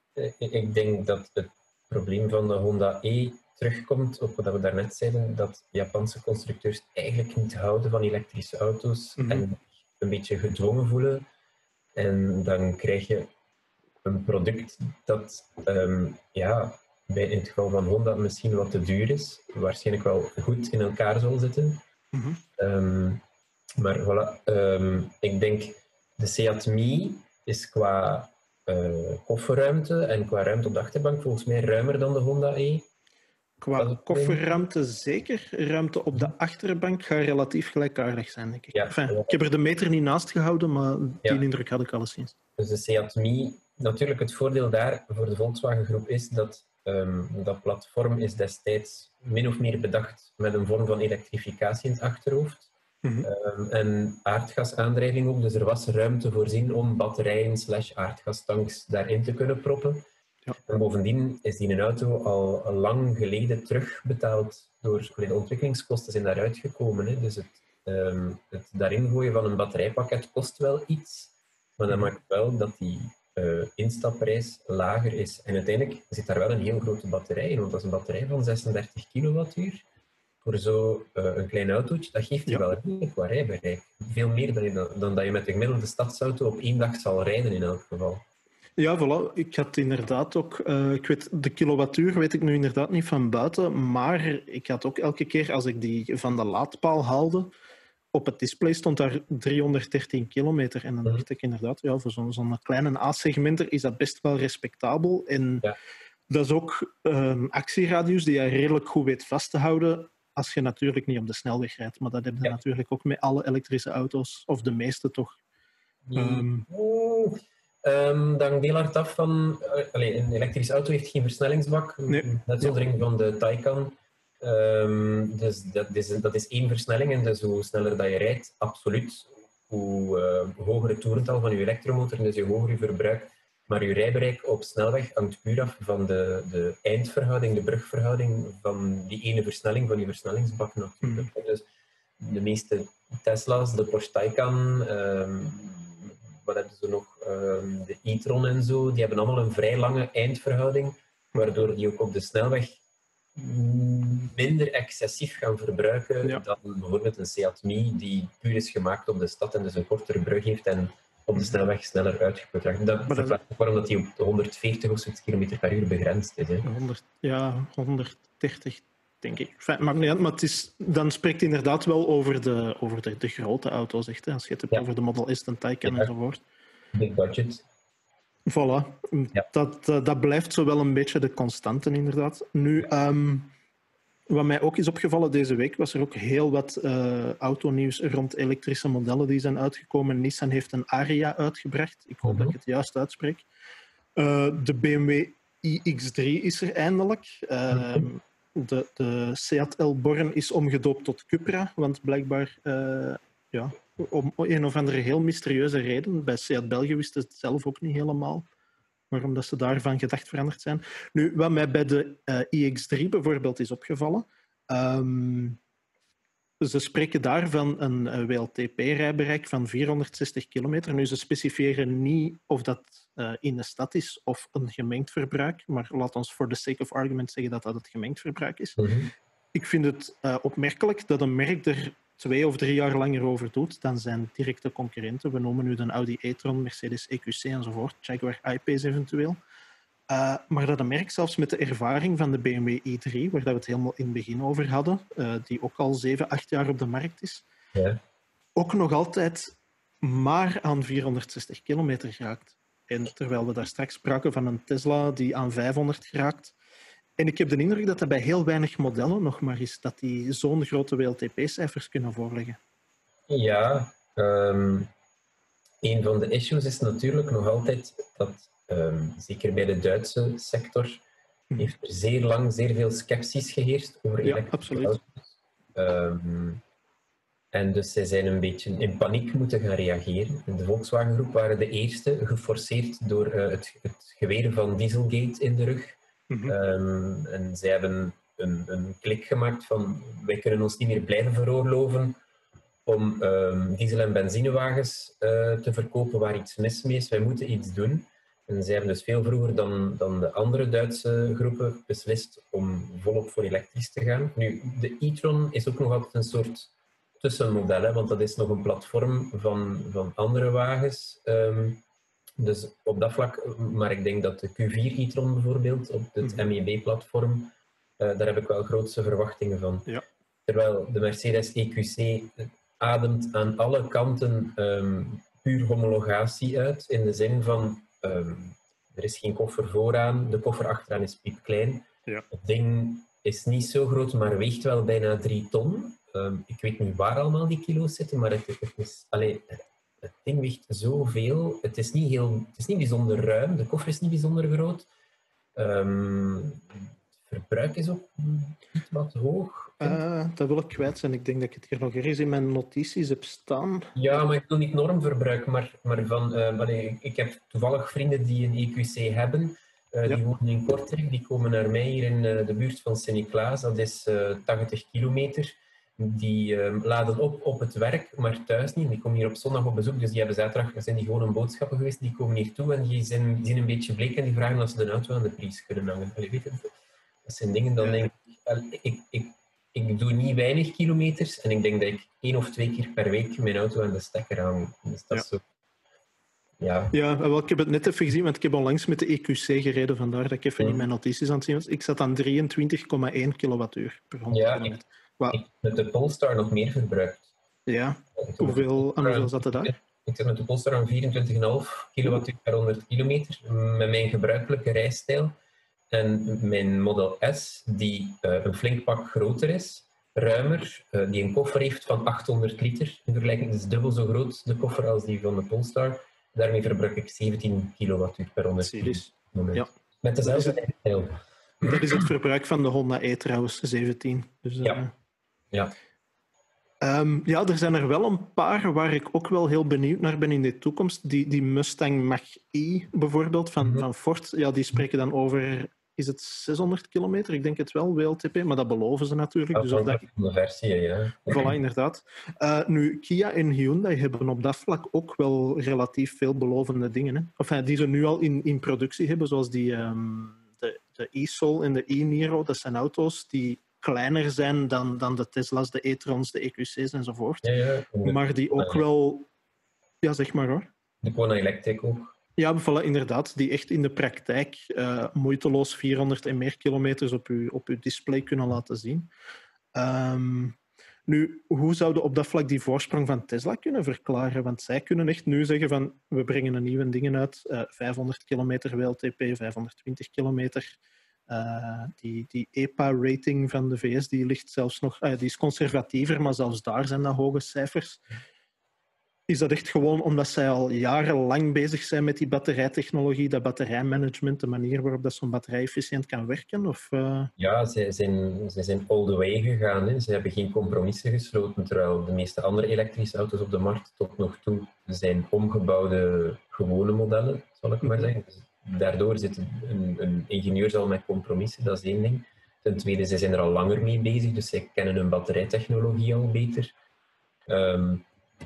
Ik denk dat het probleem van de Honda E terugkomt op wat we daarnet zeiden, dat Japanse constructeurs eigenlijk niet houden van elektrische auto's Mhm. en een beetje gedwongen voelen. En dan krijg je een product dat um, ja, bij, in het geval van Honda misschien wat te duur is, waarschijnlijk wel goed in elkaar zal zitten. Mhm. Um, maar voilà, um, ik denk de Seat Mii is qua uh, kofferruimte en qua ruimte op de achterbank volgens mij ruimer dan de Honda E. Qua kofferruimte zeker. Ruimte op de achterbank gaat relatief gelijkaardig zijn, denk ik. Ja, enfin, ja. Ik heb er de meter niet naast gehouden, maar die Ja. indruk had ik alleszins. Dus de Seat Mii, natuurlijk het voordeel daar voor de Volkswagen groep is dat um, dat platform is destijds min of meer bedacht met een vorm van elektrificatie in het achterhoofd. Mhm. Um, en aardgasaandrijving ook, dus er was ruimte voorzien om batterijen slash aardgastanks daarin te kunnen proppen. Ja. En bovendien is die een auto al lang geleden terugbetaald door de ontwikkelingskosten zijn daaruit gekomen. Hè. Dus het, um, het daarin gooien van een batterijpakket kost wel iets, maar dat maakt wel dat die uh, instapprijs lager is. En uiteindelijk zit daar wel een heel grote batterij in, want dat is een batterij van zesendertig kilowattuur. Voor zo'n uh, een klein autootje, dat geeft je Ja. wel redelijk wat rijbereik. Veel meer dan, je, dan, dan dat je met de gemiddelde stadsauto op één dag zal rijden in elk geval. Ja, voilà. Ik had inderdaad ook... Uh, ik weet, de kilowattuur weet ik nu inderdaad niet van buiten, maar ik had ook elke keer als ik die van de laadpaal haalde, op het display stond daar driehonderddertien kilometer. En dan Mhm. dacht ik inderdaad, ja, voor zo'n zo'n kleine A-segmenter is dat best wel respectabel. En Ja. dat is ook een actieradius die je redelijk goed weet vast te houden als je natuurlijk niet op de snelweg rijdt. Maar dat heb je Ja. natuurlijk ook met alle elektrische auto's, of de meeste toch. Um, Oeh, um, dat hangt heel hard af van... Uh, allez, een elektrische auto heeft geen versnellingsbak, Nee. net zoals ja. van de Taycan. Um, dus dat is, dat is één versnelling en dus hoe sneller dat je rijdt, absoluut. Hoe uh, hoger het toerental van je elektromotor, dus hoe hoger je verbruik. Maar je rijbereik op snelweg hangt puur af van de, de eindverhouding, de brugverhouding van die ene versnelling van je versnellingsbak natuurlijk. Mm. Dus de meeste Tesla's, de Porsche Taycan, um, wat hebben ze nog, um, de e-tron en zo, die hebben allemaal een vrij lange eindverhouding, waardoor die ook op de snelweg minder excessief gaan verbruiken ja. dan bijvoorbeeld een Seat Mii, die puur is gemaakt op de stad en dus een kortere brug heeft en op de snelweg sneller uitgeput raakt. Dat verklaart ook waarom dat die op honderdveertig of zoiets kilometer per uur begrensd is. Hè. honderd, ja, honderddertig denk ik. Enfin, maar nee, maar het is, dan spreekt het inderdaad wel over de, over de, de grote auto's, echt, hè, als je het hebt ja. over de Model S en Taycan ja. enzovoort. Big budget. Voilà, ja. dat, dat, dat blijft zo wel een beetje de constante inderdaad. Nu, um, wat mij ook is opgevallen deze week, was er ook heel wat uh, autonieuws rond elektrische modellen die zijn uitgekomen. Nissan heeft een Ariya uitgebracht, ik hoop mm-hmm. dat ik het juist uitspreek. Uh, de B M W i X drie is er eindelijk. Uh, mm-hmm. de, de Seat Elborn is omgedoopt tot Cupra, want blijkbaar... Uh, ja, om een of andere heel mysterieuze reden. Bij Seat België wisten ze het zelf ook niet helemaal. Waarom dat ze daarvan gedacht veranderd zijn. Nu, wat mij bij de uh, i X drie bijvoorbeeld is opgevallen. Um, ze spreken daar van een uh, W L T P-rijbereik van vierhonderdzestig kilometer. Nu, ze specifieren niet of dat uh, in de stad is of een gemengd verbruik. Maar laat ons for the sake of argument zeggen dat dat het gemengd verbruik is. Mm-hmm. Ik vind het uh, opmerkelijk dat een merk er twee of drie jaar langer over doet dan zijn directe concurrenten. We noemen nu de Audi e-tron, Mercedes E Q C enzovoort, Jaguar I-Pace eventueel. Uh, maar dat een merk zelfs met de ervaring van de B M W i drie, waar we het helemaal in het begin over hadden, uh, die ook al zeven, acht jaar op de markt is, ja. ook nog altijd maar aan vierhonderdzestig kilometer geraakt. En terwijl we daar straks spraken van een Tesla die aan vijfhonderd geraakt En ik heb de indruk dat dat bij heel weinig modellen nog maar is, dat die zo'n grote W L T P-cijfers kunnen voorleggen. Ja, um, een van de issues is natuurlijk nog altijd dat, um, zeker bij de Duitse sector, hm. heeft er zeer lang zeer veel sceptisch geheerst over ja, elektrische absoluut. auto's. Um, en dus zij zijn een beetje in paniek moeten gaan reageren. De Volkswagen-groep waren de eerste, geforceerd door uh, het, het geweren van Dieselgate in de rug. Mm-hmm. Um, en zij hebben een, een klik gemaakt van wij kunnen ons niet meer blijven veroorloven om um, diesel- en benzinewagens uh, te verkopen waar iets mis mee is. Wij moeten iets doen. En zij hebben dus veel vroeger dan, dan de andere Duitse groepen beslist om volop voor elektrisch te gaan. Nu, de e-tron is ook nog altijd een soort tussenmodel, hè, want dat is nog een platform van, van andere wagens. Um, dus op dat vlak, maar ik denk dat de Q vier e-tron bijvoorbeeld, op het M E B-platform, uh, daar heb ik wel grootste verwachtingen van. Ja. Terwijl de Mercedes E Q C ademt aan alle kanten um, puur homologatie uit, in de zin van um, er is geen koffer vooraan, de koffer achteraan is piepklein. Ja. Het ding is niet zo groot, maar weegt wel bijna drie ton. Um, ik weet niet waar allemaal die kilo's zitten, maar het, het, is, allee, het ding weegt zoveel. Het is niet, heel, het is niet bijzonder ruim, de koffer is niet bijzonder groot. Um, het verbruik is ook niet wat hoog. Uh, dat wil ik kwijt zijn. Ik denk dat ik het hier nog ergens in mijn notities heb staan. Ja, maar ik wil niet normverbruik, maar, maar van... Uh, allee, ik heb toevallig vrienden die een E Q C hebben. Uh, ja. Die wonen in Kortrijk, die komen naar mij hier in uh, de buurt van Sint-Niklaas. Dat is uh, tachtig kilometer. Die uh, laden op op het werk, maar thuis niet. Die komen hier op zondag op bezoek, dus die hebben zaterdag zijn die gewoon een boodschappen geweest. Die komen hier toe en die zijn, die zijn een beetje bleek en die vragen of ze de auto aan de prijs kunnen hangen. Allee, weet je, dat zijn dingen, dan denk ik, ik, ik... Ik doe niet weinig kilometers en ik denk dat ik één of twee keer per week mijn auto aan de stekker hang. Dus dat ja. is zo... Ja, ja wel, ik heb het net even gezien, want ik heb onlangs met de E Q C gereden, vandaar dat ik even ja. in mijn notities aan het zien was. Ik zat aan drieëntwintig komma één kilowattuur per honderd ja, kilometer. Ik, wow. ik heb met de Polestar nog meer verbruikt. Ja, hoeveel, aan hoeveel zat er daar? Ik zit met de Polestar aan vierentwintig komma vijf kilowattuur per honderd kilometer, met mijn gebruikelijke rijstijl. En mijn Model S, die uh, een flink pak groter is, ruimer, uh, die een koffer heeft van achthonderd liter. In vergelijking is dubbel zo groot de koffer als die van de Polestar. Daarmee verbruik ik zeventien kilowattuur per honderd kilometer. Ja. Met dezelfde rijstijl. Dat is het verbruik van de Honda E trouwens, zeventien. Dus, uh, ja. Ja. Um, ja, er zijn er wel een paar waar ik ook wel heel benieuwd naar ben in de toekomst. Die, die Mustang Mach-E bijvoorbeeld van, mm-hmm. van Ford, ja, die spreken dan over... Is het zeshonderd kilometer? Ik denk het wel, W L T P, maar dat beloven ze natuurlijk. Dat dus is dat... de versie, ja. Voilà, inderdaad. Uh, nu, Kia en Hyundai hebben op dat vlak ook wel relatief veel belovende dingen. Hè? Of uh, die ze nu al in, in productie hebben, zoals die, um, de, de e-Soul en de e-Niro. Dat zijn auto's die kleiner zijn dan, dan de Tesla's, de e-trons, de E Q C's enzovoort. Ja, ja. De, maar die ook wel... Ja, zeg maar hoor. De Kona Electric ook. Ja, voilà, inderdaad. Die echt in de praktijk uh, moeiteloos vierhonderd en meer kilometers op uw, op uw display kunnen laten zien. Um, nu, hoe zouden op dat vlak die voorsprong van Tesla kunnen verklaren? Want zij kunnen echt nu zeggen van, we brengen een nieuwe dingen uit, uh, vijfhonderd kilometer W L T P, vijfhonderdtwintig kilometer. Uh, die, die E P A-rating van de V S die ligt zelfs nog, uh, die is conservatiever, maar zelfs daar zijn dat hoge cijfers. Is dat echt gewoon omdat zij al jarenlang bezig zijn met die batterijtechnologie, dat batterijmanagement, de manier waarop dat zo'n batterij efficiënt kan werken? Of, uh... Ja, zij zijn, zij zijn all the way gegaan. Hè. Ze hebben geen compromissen gesloten, terwijl de meeste andere elektrische auto's op de markt tot nog toe zijn omgebouwde gewone modellen, zal ik maar zeggen. Dus daardoor zit een, een ingenieur al met compromissen, dat is één ding. Ten tweede, zij zijn er al langer mee bezig, dus zij kennen hun batterijtechnologie al beter. Um,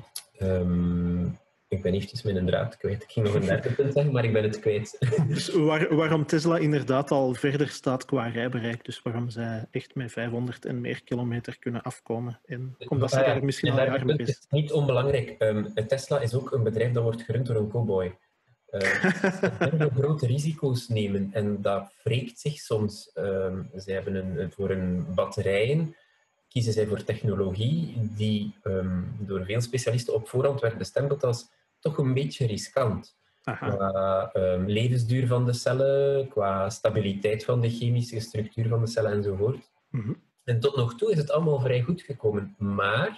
Um, ik ben eventjes mijn draad kwijt. Ik ging nog een derde punt zeggen, maar ik ben het kwijt. Dus waar, waarom Tesla inderdaad al verder staat qua rijbereik, dus waarom zij echt met vijfhonderd en meer kilometer kunnen afkomen. En omdat ze ah, ja. daar misschien al jaren mee bezig zijn. Het is niet onbelangrijk. Um, Tesla is ook een bedrijf dat wordt gerund door een cowboy. Uh, ze kunnen grote risico's nemen en dat wreekt zich soms. Um, ze hebben een, voor hun batterijen kiezen zij voor technologie die um, door veel specialisten op voorhand werd bestempeld als toch een beetje riskant. Aha. qua um, levensduur van de cellen, qua stabiliteit van de chemische structuur van de cellen enzovoort. Mm-hmm. En tot nog toe is het allemaal vrij goed gekomen. Maar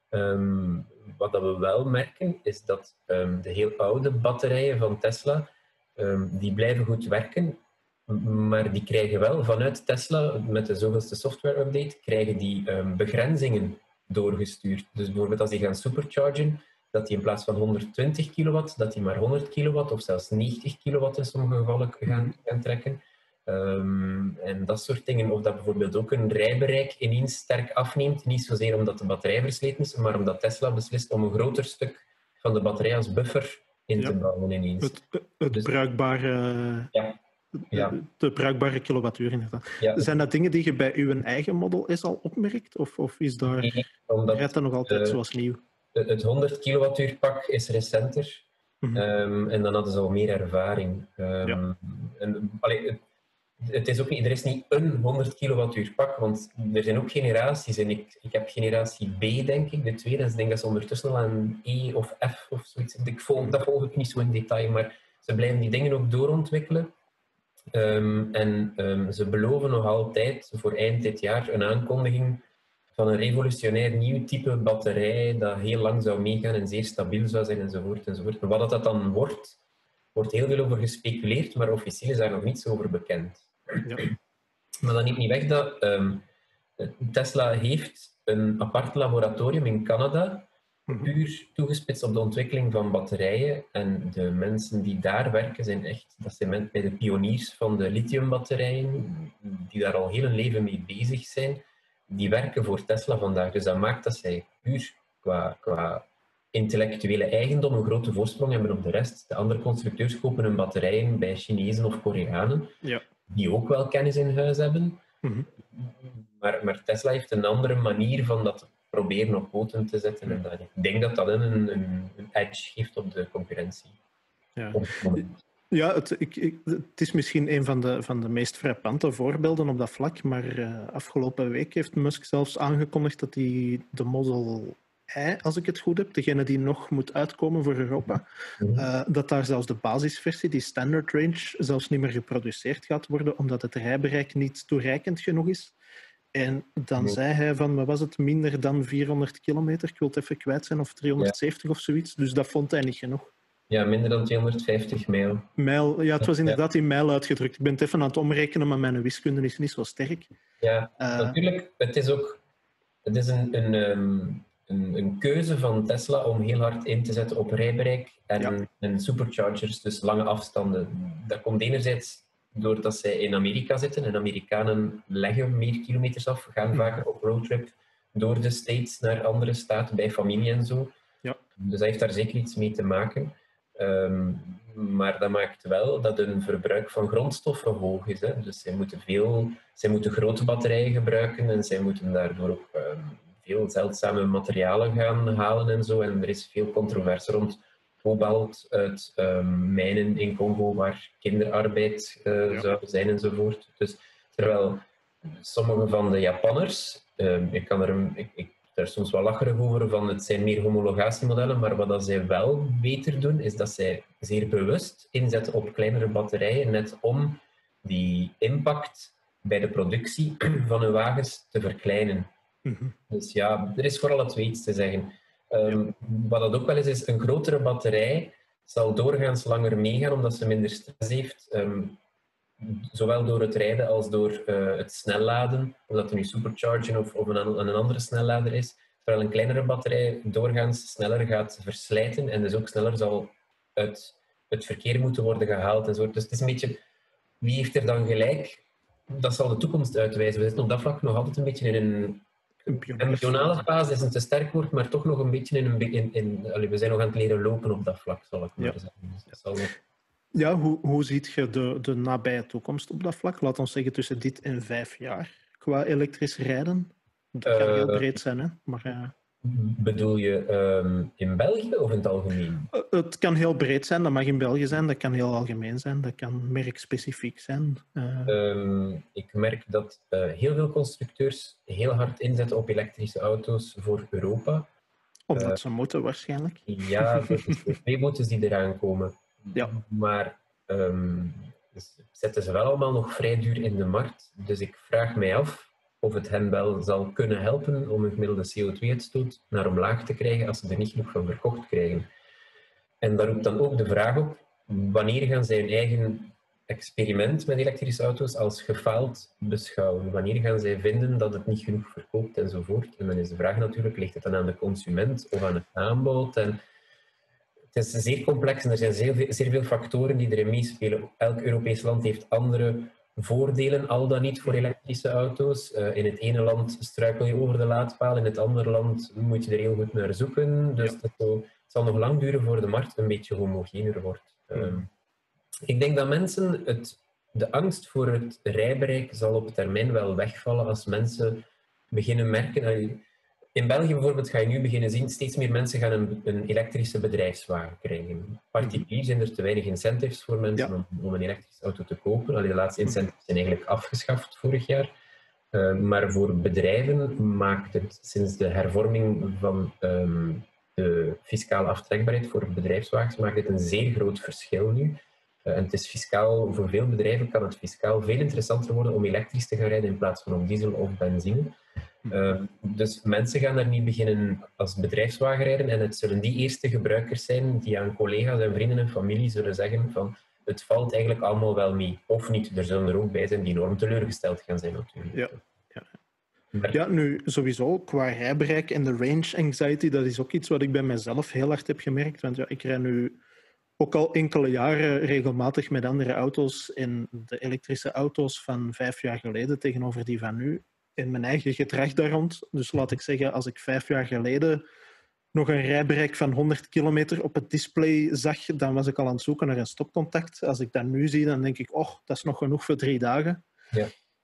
um, wat dat we wel merken, is dat um, de heel oude batterijen van Tesla, um, die blijven goed werken, maar die krijgen wel vanuit Tesla, met de zoveelste software-update, krijgen die um, begrenzingen doorgestuurd. Dus bijvoorbeeld als die gaan superchargen, dat die in plaats van honderdtwintig kilowatt, dat die maar honderd kilowatt of zelfs negentig kilowatt in sommige gevallen gaan, gaan trekken. Um, en dat soort dingen. Of dat bijvoorbeeld ook een rijbereik ineens sterk afneemt. Niet zozeer omdat de batterij versleten is, maar omdat Tesla beslist om een groter stuk van de batterij als buffer in te ja. bouwen ineens. Het, het dus, bruikbare... Ja. Ja. De bruikbare kilowattuur inderdaad. Ja. Zijn dat dingen die je bij uw eigen model is al opmerkt? Of, of is daar... Nee, omdat, rijdt dat nog altijd uh, zoals nieuw? Het honderd kilowattuur pak is recenter. Mm-hmm. um, en dan hadden ze al meer ervaring. Um, ja. en, allee, het, het is ook niet, er is niet een honderd kilowattuur pak, want er zijn ook generaties. En ik, ik heb generatie B, denk ik, de tweede. Dus ik denk dat ze ondertussen al aan E of F of zoiets. Ik volg, dat volg ik niet zo in detail, maar ze blijven die dingen ook doorontwikkelen. Um, en um, ze beloven nog altijd voor eind dit jaar een aankondiging van een revolutionair nieuw type batterij dat heel lang zou meegaan en zeer stabiel zou zijn enzovoort. enzovoort. Maar wat dat dan wordt, wordt heel veel over gespeculeerd, maar officieel is daar nog niets over bekend. Ja. Maar dat neemt niet weg dat um, Tesla heeft een apart laboratorium in Canada, puur toegespitst op de ontwikkeling van batterijen. En de mensen die daar werken zijn echt, dat zijn bij de pioniers van de lithiumbatterijen, die daar al heel hun leven mee bezig zijn. Die werken voor Tesla vandaag. Dus dat maakt dat zij puur qua, qua intellectuele eigendom een grote voorsprong hebben op de rest. De andere constructeurs kopen hun batterijen bij Chinezen of Koreanen, ja. die ook wel kennis in huis hebben. Mm-hmm. Maar, maar Tesla heeft een andere manier van dat proberen op poten te zetten. En dat, ik denk dat dat een, een, een edge geeft op de concurrentie. Ja. Ja, het, ik, ik, het is misschien een van de, van de meest frappante voorbeelden op dat vlak, maar uh, afgelopen week heeft Musk zelfs aangekondigd dat hij de Model I, als ik het goed heb, degene die nog moet uitkomen voor Europa, mm-hmm. uh, dat daar zelfs de basisversie, die standard range, zelfs niet meer geproduceerd gaat worden, omdat het rijbereik niet toereikend genoeg is. En dan nee. zei hij van, wat was het, minder dan vierhonderd kilometer, ik wil het even kwijt zijn, of driehonderdzeventig ja. of zoiets, dus dat vond hij niet genoeg. Ja, minder dan tweehonderdvijftig mijl. Mijl, ja, het was inderdaad in mijl uitgedrukt. Ik ben het even aan het omrekenen, maar mijn wiskunde is niet zo sterk. Ja, uh, natuurlijk. Het is ook het is een, een, een, een keuze van Tesla om heel hard in te zetten op rijbereik en, ja. en superchargers, dus lange afstanden. Dat komt enerzijds doordat zij in Amerika zitten. En Amerikanen leggen meer kilometers af, gaan vaker op roadtrip door de States naar andere staten, bij familie en zo. Ja. Dus dat heeft daar zeker iets mee te maken. Um, maar dat maakt wel dat hun verbruik van grondstoffen hoog is. Hè. Dus zij moeten, veel, zij moeten grote batterijen gebruiken en zij moeten daardoor ook um, veel zeldzame materialen gaan halen en zo. En er is veel controverse rond kobalt uit um, mijnen in Congo waar kinderarbeid uh, ja. zou zijn enzovoort. Dus terwijl sommige van de Japanners, um, ik kan er een, ik, ik er soms wel lacherig over, van het zijn meer homologatiemodellen, maar wat dat zij wel beter doen, is dat zij zeer bewust inzetten op kleinere batterijen, net om die impact bij de productie van hun wagens te verkleinen. Mm-hmm. Dus ja, er is voor alle twee iets te zeggen. Um, ja. Wat dat ook wel is, is een grotere batterij zal doorgaans langer meegaan, omdat ze minder stress heeft, um, zowel door het rijden als door uh, het snelladen, of dat er nu superchargen of, of een, een andere snellader is, terwijl een kleinere batterij doorgaans sneller gaat verslijten en dus ook sneller zal uit het verkeer moeten worden gehaald. En zo. Dus het is een beetje, wie heeft er dan gelijk? Dat zal de toekomst uitwijzen. We zitten op dat vlak nog altijd een beetje in een embryonale fase, is een te sterk woord, maar toch nog een beetje in een... In, in, allee, we zijn nog aan het leren lopen op dat vlak, zal ik maar ja. zeggen. Dus dat zal nog... Ja, hoe, hoe ziet je de, de nabije toekomst op dat vlak? Laat ons zeggen tussen dit en vijf jaar qua elektrisch rijden. Dat kan uh, heel breed zijn, hè? Maar, uh... Bedoel je um, in België of in het algemeen? Uh, het kan heel breed zijn, dat mag in België zijn, dat kan heel algemeen zijn, dat kan merkspecifiek zijn. Uh... Um, ik merk dat uh, heel veel constructeurs heel hard inzetten op elektrische auto's voor Europa. Omdat uh, ze moeten waarschijnlijk. Ja, dat is de twee boetes die eraan komen. Ja. Maar um, dus zetten ze wel allemaal nog vrij duur in de markt. Dus ik vraag mij af of het hen wel zal kunnen helpen om hun gemiddelde C O twee uitstoot naar omlaag te krijgen als ze er niet genoeg van verkocht krijgen. En daar roept dan ook de vraag op, wanneer gaan zij hun eigen experiment met elektrische auto's als gefaald beschouwen? Wanneer gaan zij vinden dat het niet genoeg verkoopt enzovoort? En dan is de vraag natuurlijk, ligt het dan aan de consument of aan het aanbod? En het is zeer complex en er zijn zeer veel, zeer veel factoren die erin meespelen. Elk Europees land heeft andere voordelen, al dan niet, voor elektrische auto's. Uh, in het ene land struikel je over de laadpaal, in het andere land moet je er heel goed naar zoeken. Dus ja. dat zo, het zal nog lang duren voor de markt een beetje homogener wordt. Um, ik denk dat mensen, het, de angst voor het rijbereik zal op termijn wel wegvallen als mensen beginnen merken. In België bijvoorbeeld ga je nu beginnen zien, steeds meer mensen gaan een, een elektrische bedrijfswagen krijgen. Particulier zijn er te weinig incentives voor mensen ja. om, om een elektrische auto te kopen. Allee, de laatste incentives zijn eigenlijk afgeschaft vorig jaar. Uh, maar voor bedrijven maakt het sinds de hervorming van um, de fiscale aftrekbaarheid voor bedrijfswagens maakt het een zeer groot verschil nu. Uh, en het is fiscaal, voor veel bedrijven kan het fiscaal veel interessanter worden om elektrisch te gaan rijden in plaats van op diesel of benzine. Uh, dus mensen gaan daar niet beginnen als bedrijfswagen rijden en het zullen die eerste gebruikers zijn die aan collega's en vrienden en familie zullen zeggen van het valt eigenlijk allemaal wel mee. Of niet, er zullen er ook bij zijn die enorm teleurgesteld gaan zijn natuurlijk. Ja, ja. Maar... ja, nu sowieso qua rijbereik en de range anxiety, dat is ook iets wat ik bij mezelf heel hard heb gemerkt. Want ja, ik rij nu ook al enkele jaren regelmatig met andere auto's en de elektrische auto's van vijf jaar geleden tegenover die van nu. In mijn eigen gedrag daar rond. Dus laat ik zeggen, als ik vijf jaar geleden nog een rijbereik van honderd kilometer op het display zag, dan was ik al aan het zoeken naar een stopcontact. Als ik dat nu zie, dan denk ik, oh, dat is nog genoeg voor drie dagen. Ja.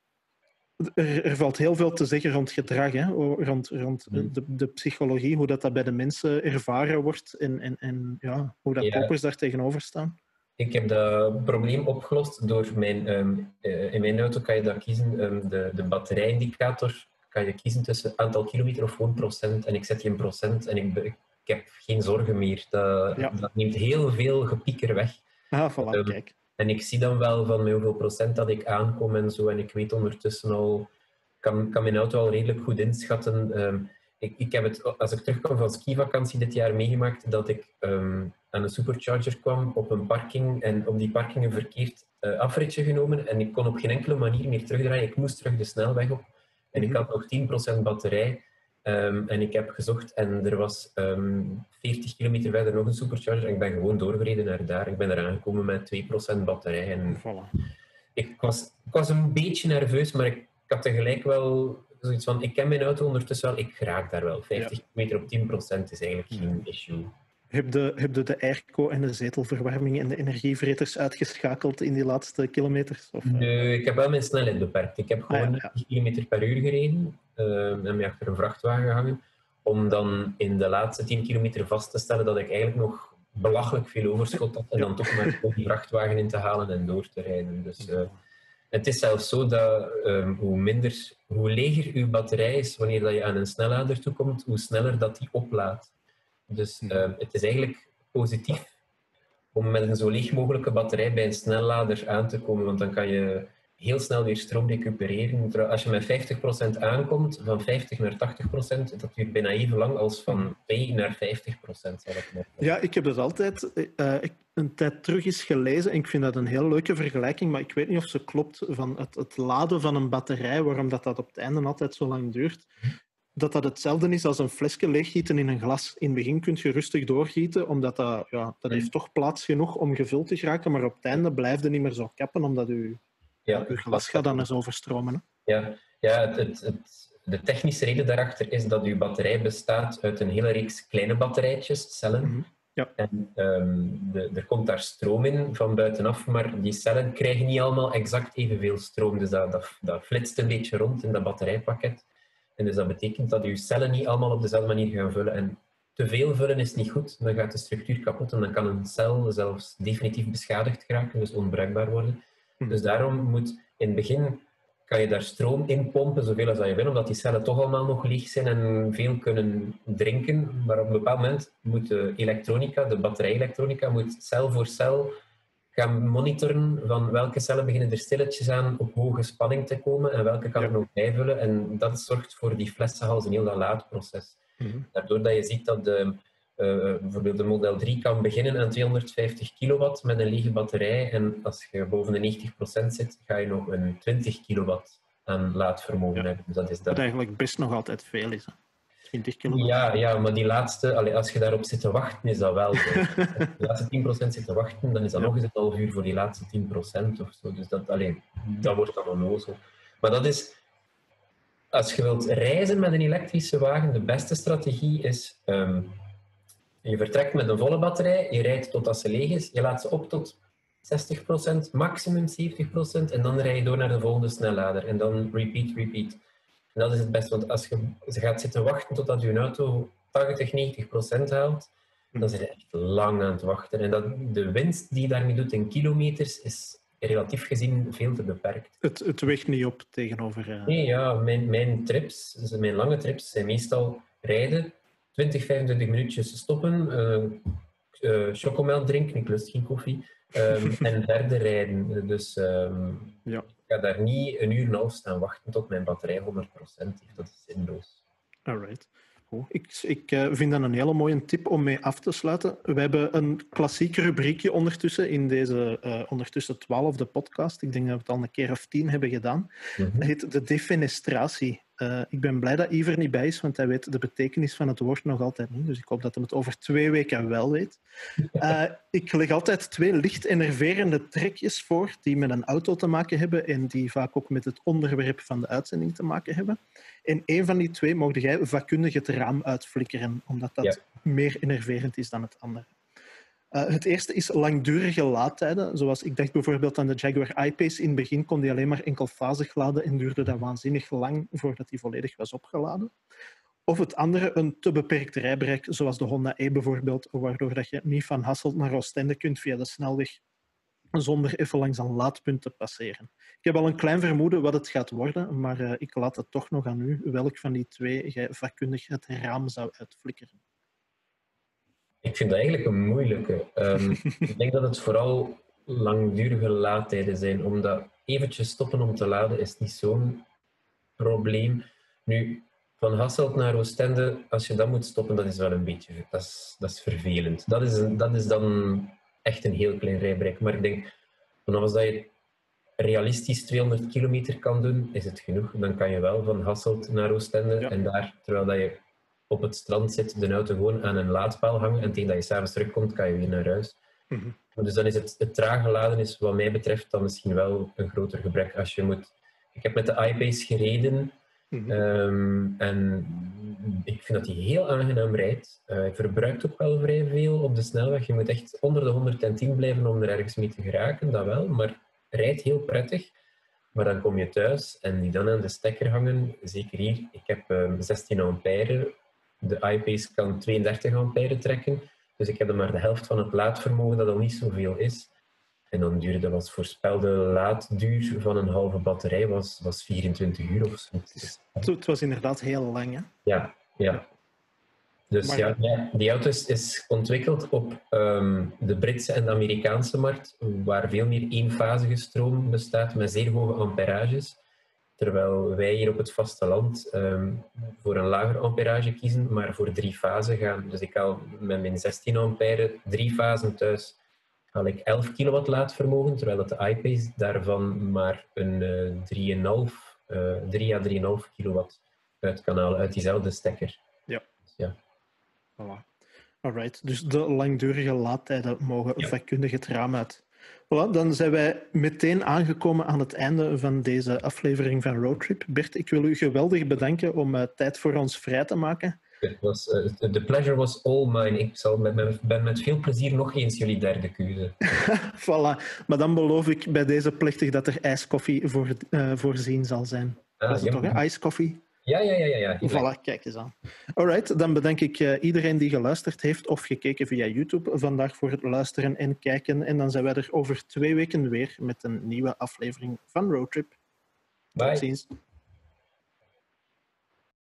Er, er valt heel veel te zeggen rond gedrag, hè? rond, rond mm. de, de psychologie, hoe dat, dat bij de mensen ervaren wordt en, en, en ja, hoe dat ja. kopers daar tegenover staan. Ik heb dat probleem opgelost door mijn... Um, uh, in mijn auto kan je dat kiezen, um, de, de batterijindicator kan je kiezen tussen aantal kilometer of gewoon procent. En ik zet die in procent en ik, ik heb geen zorgen meer. Dat, ja. dat neemt heel veel gepieker weg. Ah, voilà, um, kijk. En ik zie dan wel van hoeveel procent dat ik aankom en zo. En ik weet ondertussen al... kan, kan mijn auto al redelijk goed inschatten. Um, ik, ik heb het, als ik terugkwam van skivakantie dit jaar meegemaakt, dat ik... Um, aan een supercharger kwam op een parking en op die parking een verkeerd uh, afritje genomen en ik kon op geen enkele manier meer terugdraaien. Ik moest terug de snelweg op en ik had nog tien procent batterij um, en ik heb gezocht en er was um, veertig kilometer verder nog een supercharger en ik ben gewoon doorgereden naar daar. Ik ben er aangekomen met twee procent batterij en voilà. ik, was, ik was een beetje nerveus, maar ik, ik had tegelijk wel zoiets van, ik ken mijn auto ondertussen wel, ik raak daar wel. vijftig ja. kilometer op tien procent is eigenlijk geen issue. Heb je heb de airco en de zetelverwarming en de energievreters uitgeschakeld in die laatste kilometers? Of? Nee, ik heb wel mijn snelheid beperkt. Ik heb gewoon ah, ja, ja. negentig kilometer per uur gereden uh, en me achter een vrachtwagen gehangen. Om dan in de laatste tien kilometer vast te stellen dat ik eigenlijk nog belachelijk veel overschot had. En dan toch maar die vrachtwagen in te halen en door te rijden. Dus, uh, het is zelfs zo dat um, hoe, minder, hoe leger uw batterij is wanneer dat je aan een snellader toekomt, hoe sneller dat die oplaadt. Dus uh, het is eigenlijk positief om met een zo leeg mogelijke batterij bij een snellader aan te komen, want dan kan je heel snel weer stroom recupereren. Als je met vijftig procent aankomt, van vijftig naar tachtig procent, dat duurt bijna even lang als van twee naar vijftig procent. Zal ik maar ja, ik heb dat altijd uh, een tijd terug eens gelezen en ik vind dat een heel leuke vergelijking, maar ik weet niet of ze klopt van het, het laden van een batterij, waarom dat, dat op het einde altijd zo lang duurt. Dat dat hetzelfde is als een flesje leeggieten in een glas. In het begin kun je rustig doorgieten, omdat dat, ja, dat heeft toch plaats genoeg om gevuld te geraken, maar op het einde blijft het niet meer zo kappen, omdat je, ja, je glas gaat dan eens overstromen. Hè? Ja, ja het, het, het, de technische reden daarachter is dat uw batterij bestaat uit een hele reeks kleine batterijtjes, cellen. Mm-hmm. Ja. En um, de, er komt daar stroom in van buitenaf, maar die cellen krijgen niet allemaal exact evenveel stroom. Dus dat, dat, dat flitst een beetje rond in dat batterijpakket. En dus dat betekent dat je cellen niet allemaal op dezelfde manier gaan vullen. En te veel vullen is niet goed, dan gaat de structuur kapot en dan kan een cel zelfs definitief beschadigd geraken, dus onbruikbaar worden. Mm. Dus daarom moet in het begin kan je daar stroom in pompen, zoveel als dat je wil, omdat die cellen toch allemaal nog leeg zijn en veel kunnen drinken. Maar op een bepaald moment moet de elektronica, de batterij-elektronica, moet cel voor cel gaan monitoren van welke cellen beginnen er stilletjes aan op hoge spanning te komen en welke kan er nog bijvullen. En dat zorgt voor die flessenhals in heel dat laadproces. Mm-hmm. Daardoor dat je ziet dat de, uh, bijvoorbeeld de Model drie kan beginnen aan tweehonderdvijftig kilowatt met een lege batterij. En als je boven de negentig procent zit, ga je nog een twintig kilowatt aan laadvermogen ja. hebben. Dus dat is dat. Wat eigenlijk best nog altijd veel is. Hè? twintig kilowatt. Ja, ja, maar die laatste, als je daarop zit te wachten, is dat wel zo. Als je de laatste tien procent zit te wachten, dan is dat ja. nog eens een half uur voor die laatste tien procent of zo. Dus dat, allee, dat wordt dan onnozel. Maar dat is, als je wilt reizen met een elektrische wagen, de beste strategie is, um, je vertrekt met een volle batterij, je rijdt totdat ze leeg is, je laat ze op tot zestig procent, maximum zeventig procent, en dan rij je door naar de volgende snellader. En dan repeat, repeat. En dat is het beste, want als je, je gaat zitten wachten totdat je auto tachtig, negentig procent haalt, dan zit je echt lang aan het wachten. En dat, de winst die je daarmee doet in kilometers is relatief gezien veel te beperkt. Het, het weegt niet op tegenover... Uh... Nee, ja, mijn, mijn trips, dus mijn lange trips, zijn meestal rijden, twintig, vijfentwintig minuutjes stoppen, uh, uh, chocomelk drinken, ik lust geen koffie, um, en verder rijden. Dus um, ja. ik ga daar niet een uur en een half staan wachten tot mijn batterij honderd procent heeft. Dat is zinloos. Alright. Oh, ik ik uh, vind dat een hele mooie tip om mee af te sluiten. We hebben een klassiek rubriekje ondertussen in deze uh, ondertussen twaalfde podcast. Ik denk dat we het al een keer of tien hebben gedaan. Mm-hmm. Dat heet de defenestratie. Uh, ik ben blij dat Iver niet bij is, want hij weet de betekenis van het woord nog altijd niet. Dus ik hoop dat hij het over twee weken wel weet. Uh, ik leg altijd twee licht enerverende trekjes voor die met een auto te maken hebben en die vaak ook met het onderwerp van de uitzending te maken hebben. En een van die twee mocht jij vakkundig het raam uitflikkeren, omdat dat ja. meer enerverend is dan het andere. Uh, het eerste is langdurige laadtijden. Zoals ik dacht bijvoorbeeld aan de Jaguar I-Pace. In het begin kon die alleen maar enkelfasig laden en duurde dat waanzinnig lang voordat die volledig was opgeladen. Of het andere, een te beperkt rijbereik, zoals de Honda E bijvoorbeeld, waardoor dat je niet van Hasselt naar Oostende kunt via de snelweg zonder even langs een laadpunt te passeren. Ik heb al een klein vermoeden wat het gaat worden, maar uh, ik laat het toch nog aan u. Welk van die twee jij vakkundig het raam zou uitflikkeren? Ik vind dat eigenlijk een moeilijke. Um, ik denk dat het vooral langdurige laadtijden zijn, omdat eventjes stoppen om te laden is niet zo'n probleem. Nu, van Hasselt naar Oostende, als je dat moet stoppen, dat is wel een beetje, dat is, dat is vervelend. Dat is, een, dat is dan echt een heel klein rijbereik. Maar ik denk, vanaf als dat je realistisch tweehonderd kilometer kan doen, is het genoeg. Dan kan je wel van Hasselt naar Oostende ja. en daar, terwijl dat je op het strand zit, de auto gewoon aan een laadpaal hangen en tegen dat je s'avonds terugkomt, kan je weer naar huis. Mm-hmm. Dus dan is het, het trage laden is wat mij betreft dan misschien wel een groter gebrek. Als je moet... Ik heb met de I-Pace gereden mm-hmm. um, en ik vind dat die heel aangenaam rijdt. Uh, hij verbruikt ook wel vrij veel op de snelweg. Je moet echt onder de honderdtien blijven om er ergens mee te geraken, dat wel, maar rijdt heel prettig. Maar dan kom je thuis en die dan aan de stekker hangen, zeker hier, ik heb um, zestien ampère. De I-Pace kan tweeëndertig ampère trekken, dus ik heb er maar de helft van het laadvermogen, dat al niet zoveel is. En dan duurde wat voorspelde laadduur van een halve batterij, was, was vierentwintig uur of zo. Dus, het was inderdaad heel lang, hè? Ja, ja. Dus maar... ja, ja, die auto is, is ontwikkeld op um, de Britse en de Amerikaanse markt, waar veel meer eenfasige stroom bestaat met zeer hoge amperages. Terwijl wij hier op het vasteland um, voor een lager amperage kiezen, maar voor drie fasen gaan. Dus ik haal met mijn zestien ampère drie fasen thuis, haal ik elf kilowatt laadvermogen, terwijl dat de I-Pace daarvan maar een uh, drie komma vijf, uh, drie à drie komma vijf kilowatt uit kan halen, uit diezelfde stekker. Ja. Dus, ja. Voilà. Alright, dus de langdurige laadtijden mogen ja. vakkundig het raam uit. Voilà, dan zijn wij meteen aangekomen aan het einde van deze aflevering van Roadtrip. Bert, ik wil u geweldig bedanken om uh, tijd voor ons vrij te maken. Het was, uh, the pleasure was all mine. Ik zal met, met, ben met veel plezier nog eens jullie derde keuze. Voilà, maar dan beloof ik bij deze plechtig dat er ijskoffie voor, uh, voorzien zal zijn. Ah, was het ja, toch, hè? Ijskoffie? Ja, ja, ja. ja, ja. Voilà, kijk eens aan. Alright, dan bedank ik uh, iedereen die geluisterd heeft of gekeken via YouTube vandaag voor het luisteren en kijken. En dan zijn wij er over twee weken weer met een nieuwe aflevering van Roadtrip. Bye. Tot ziens.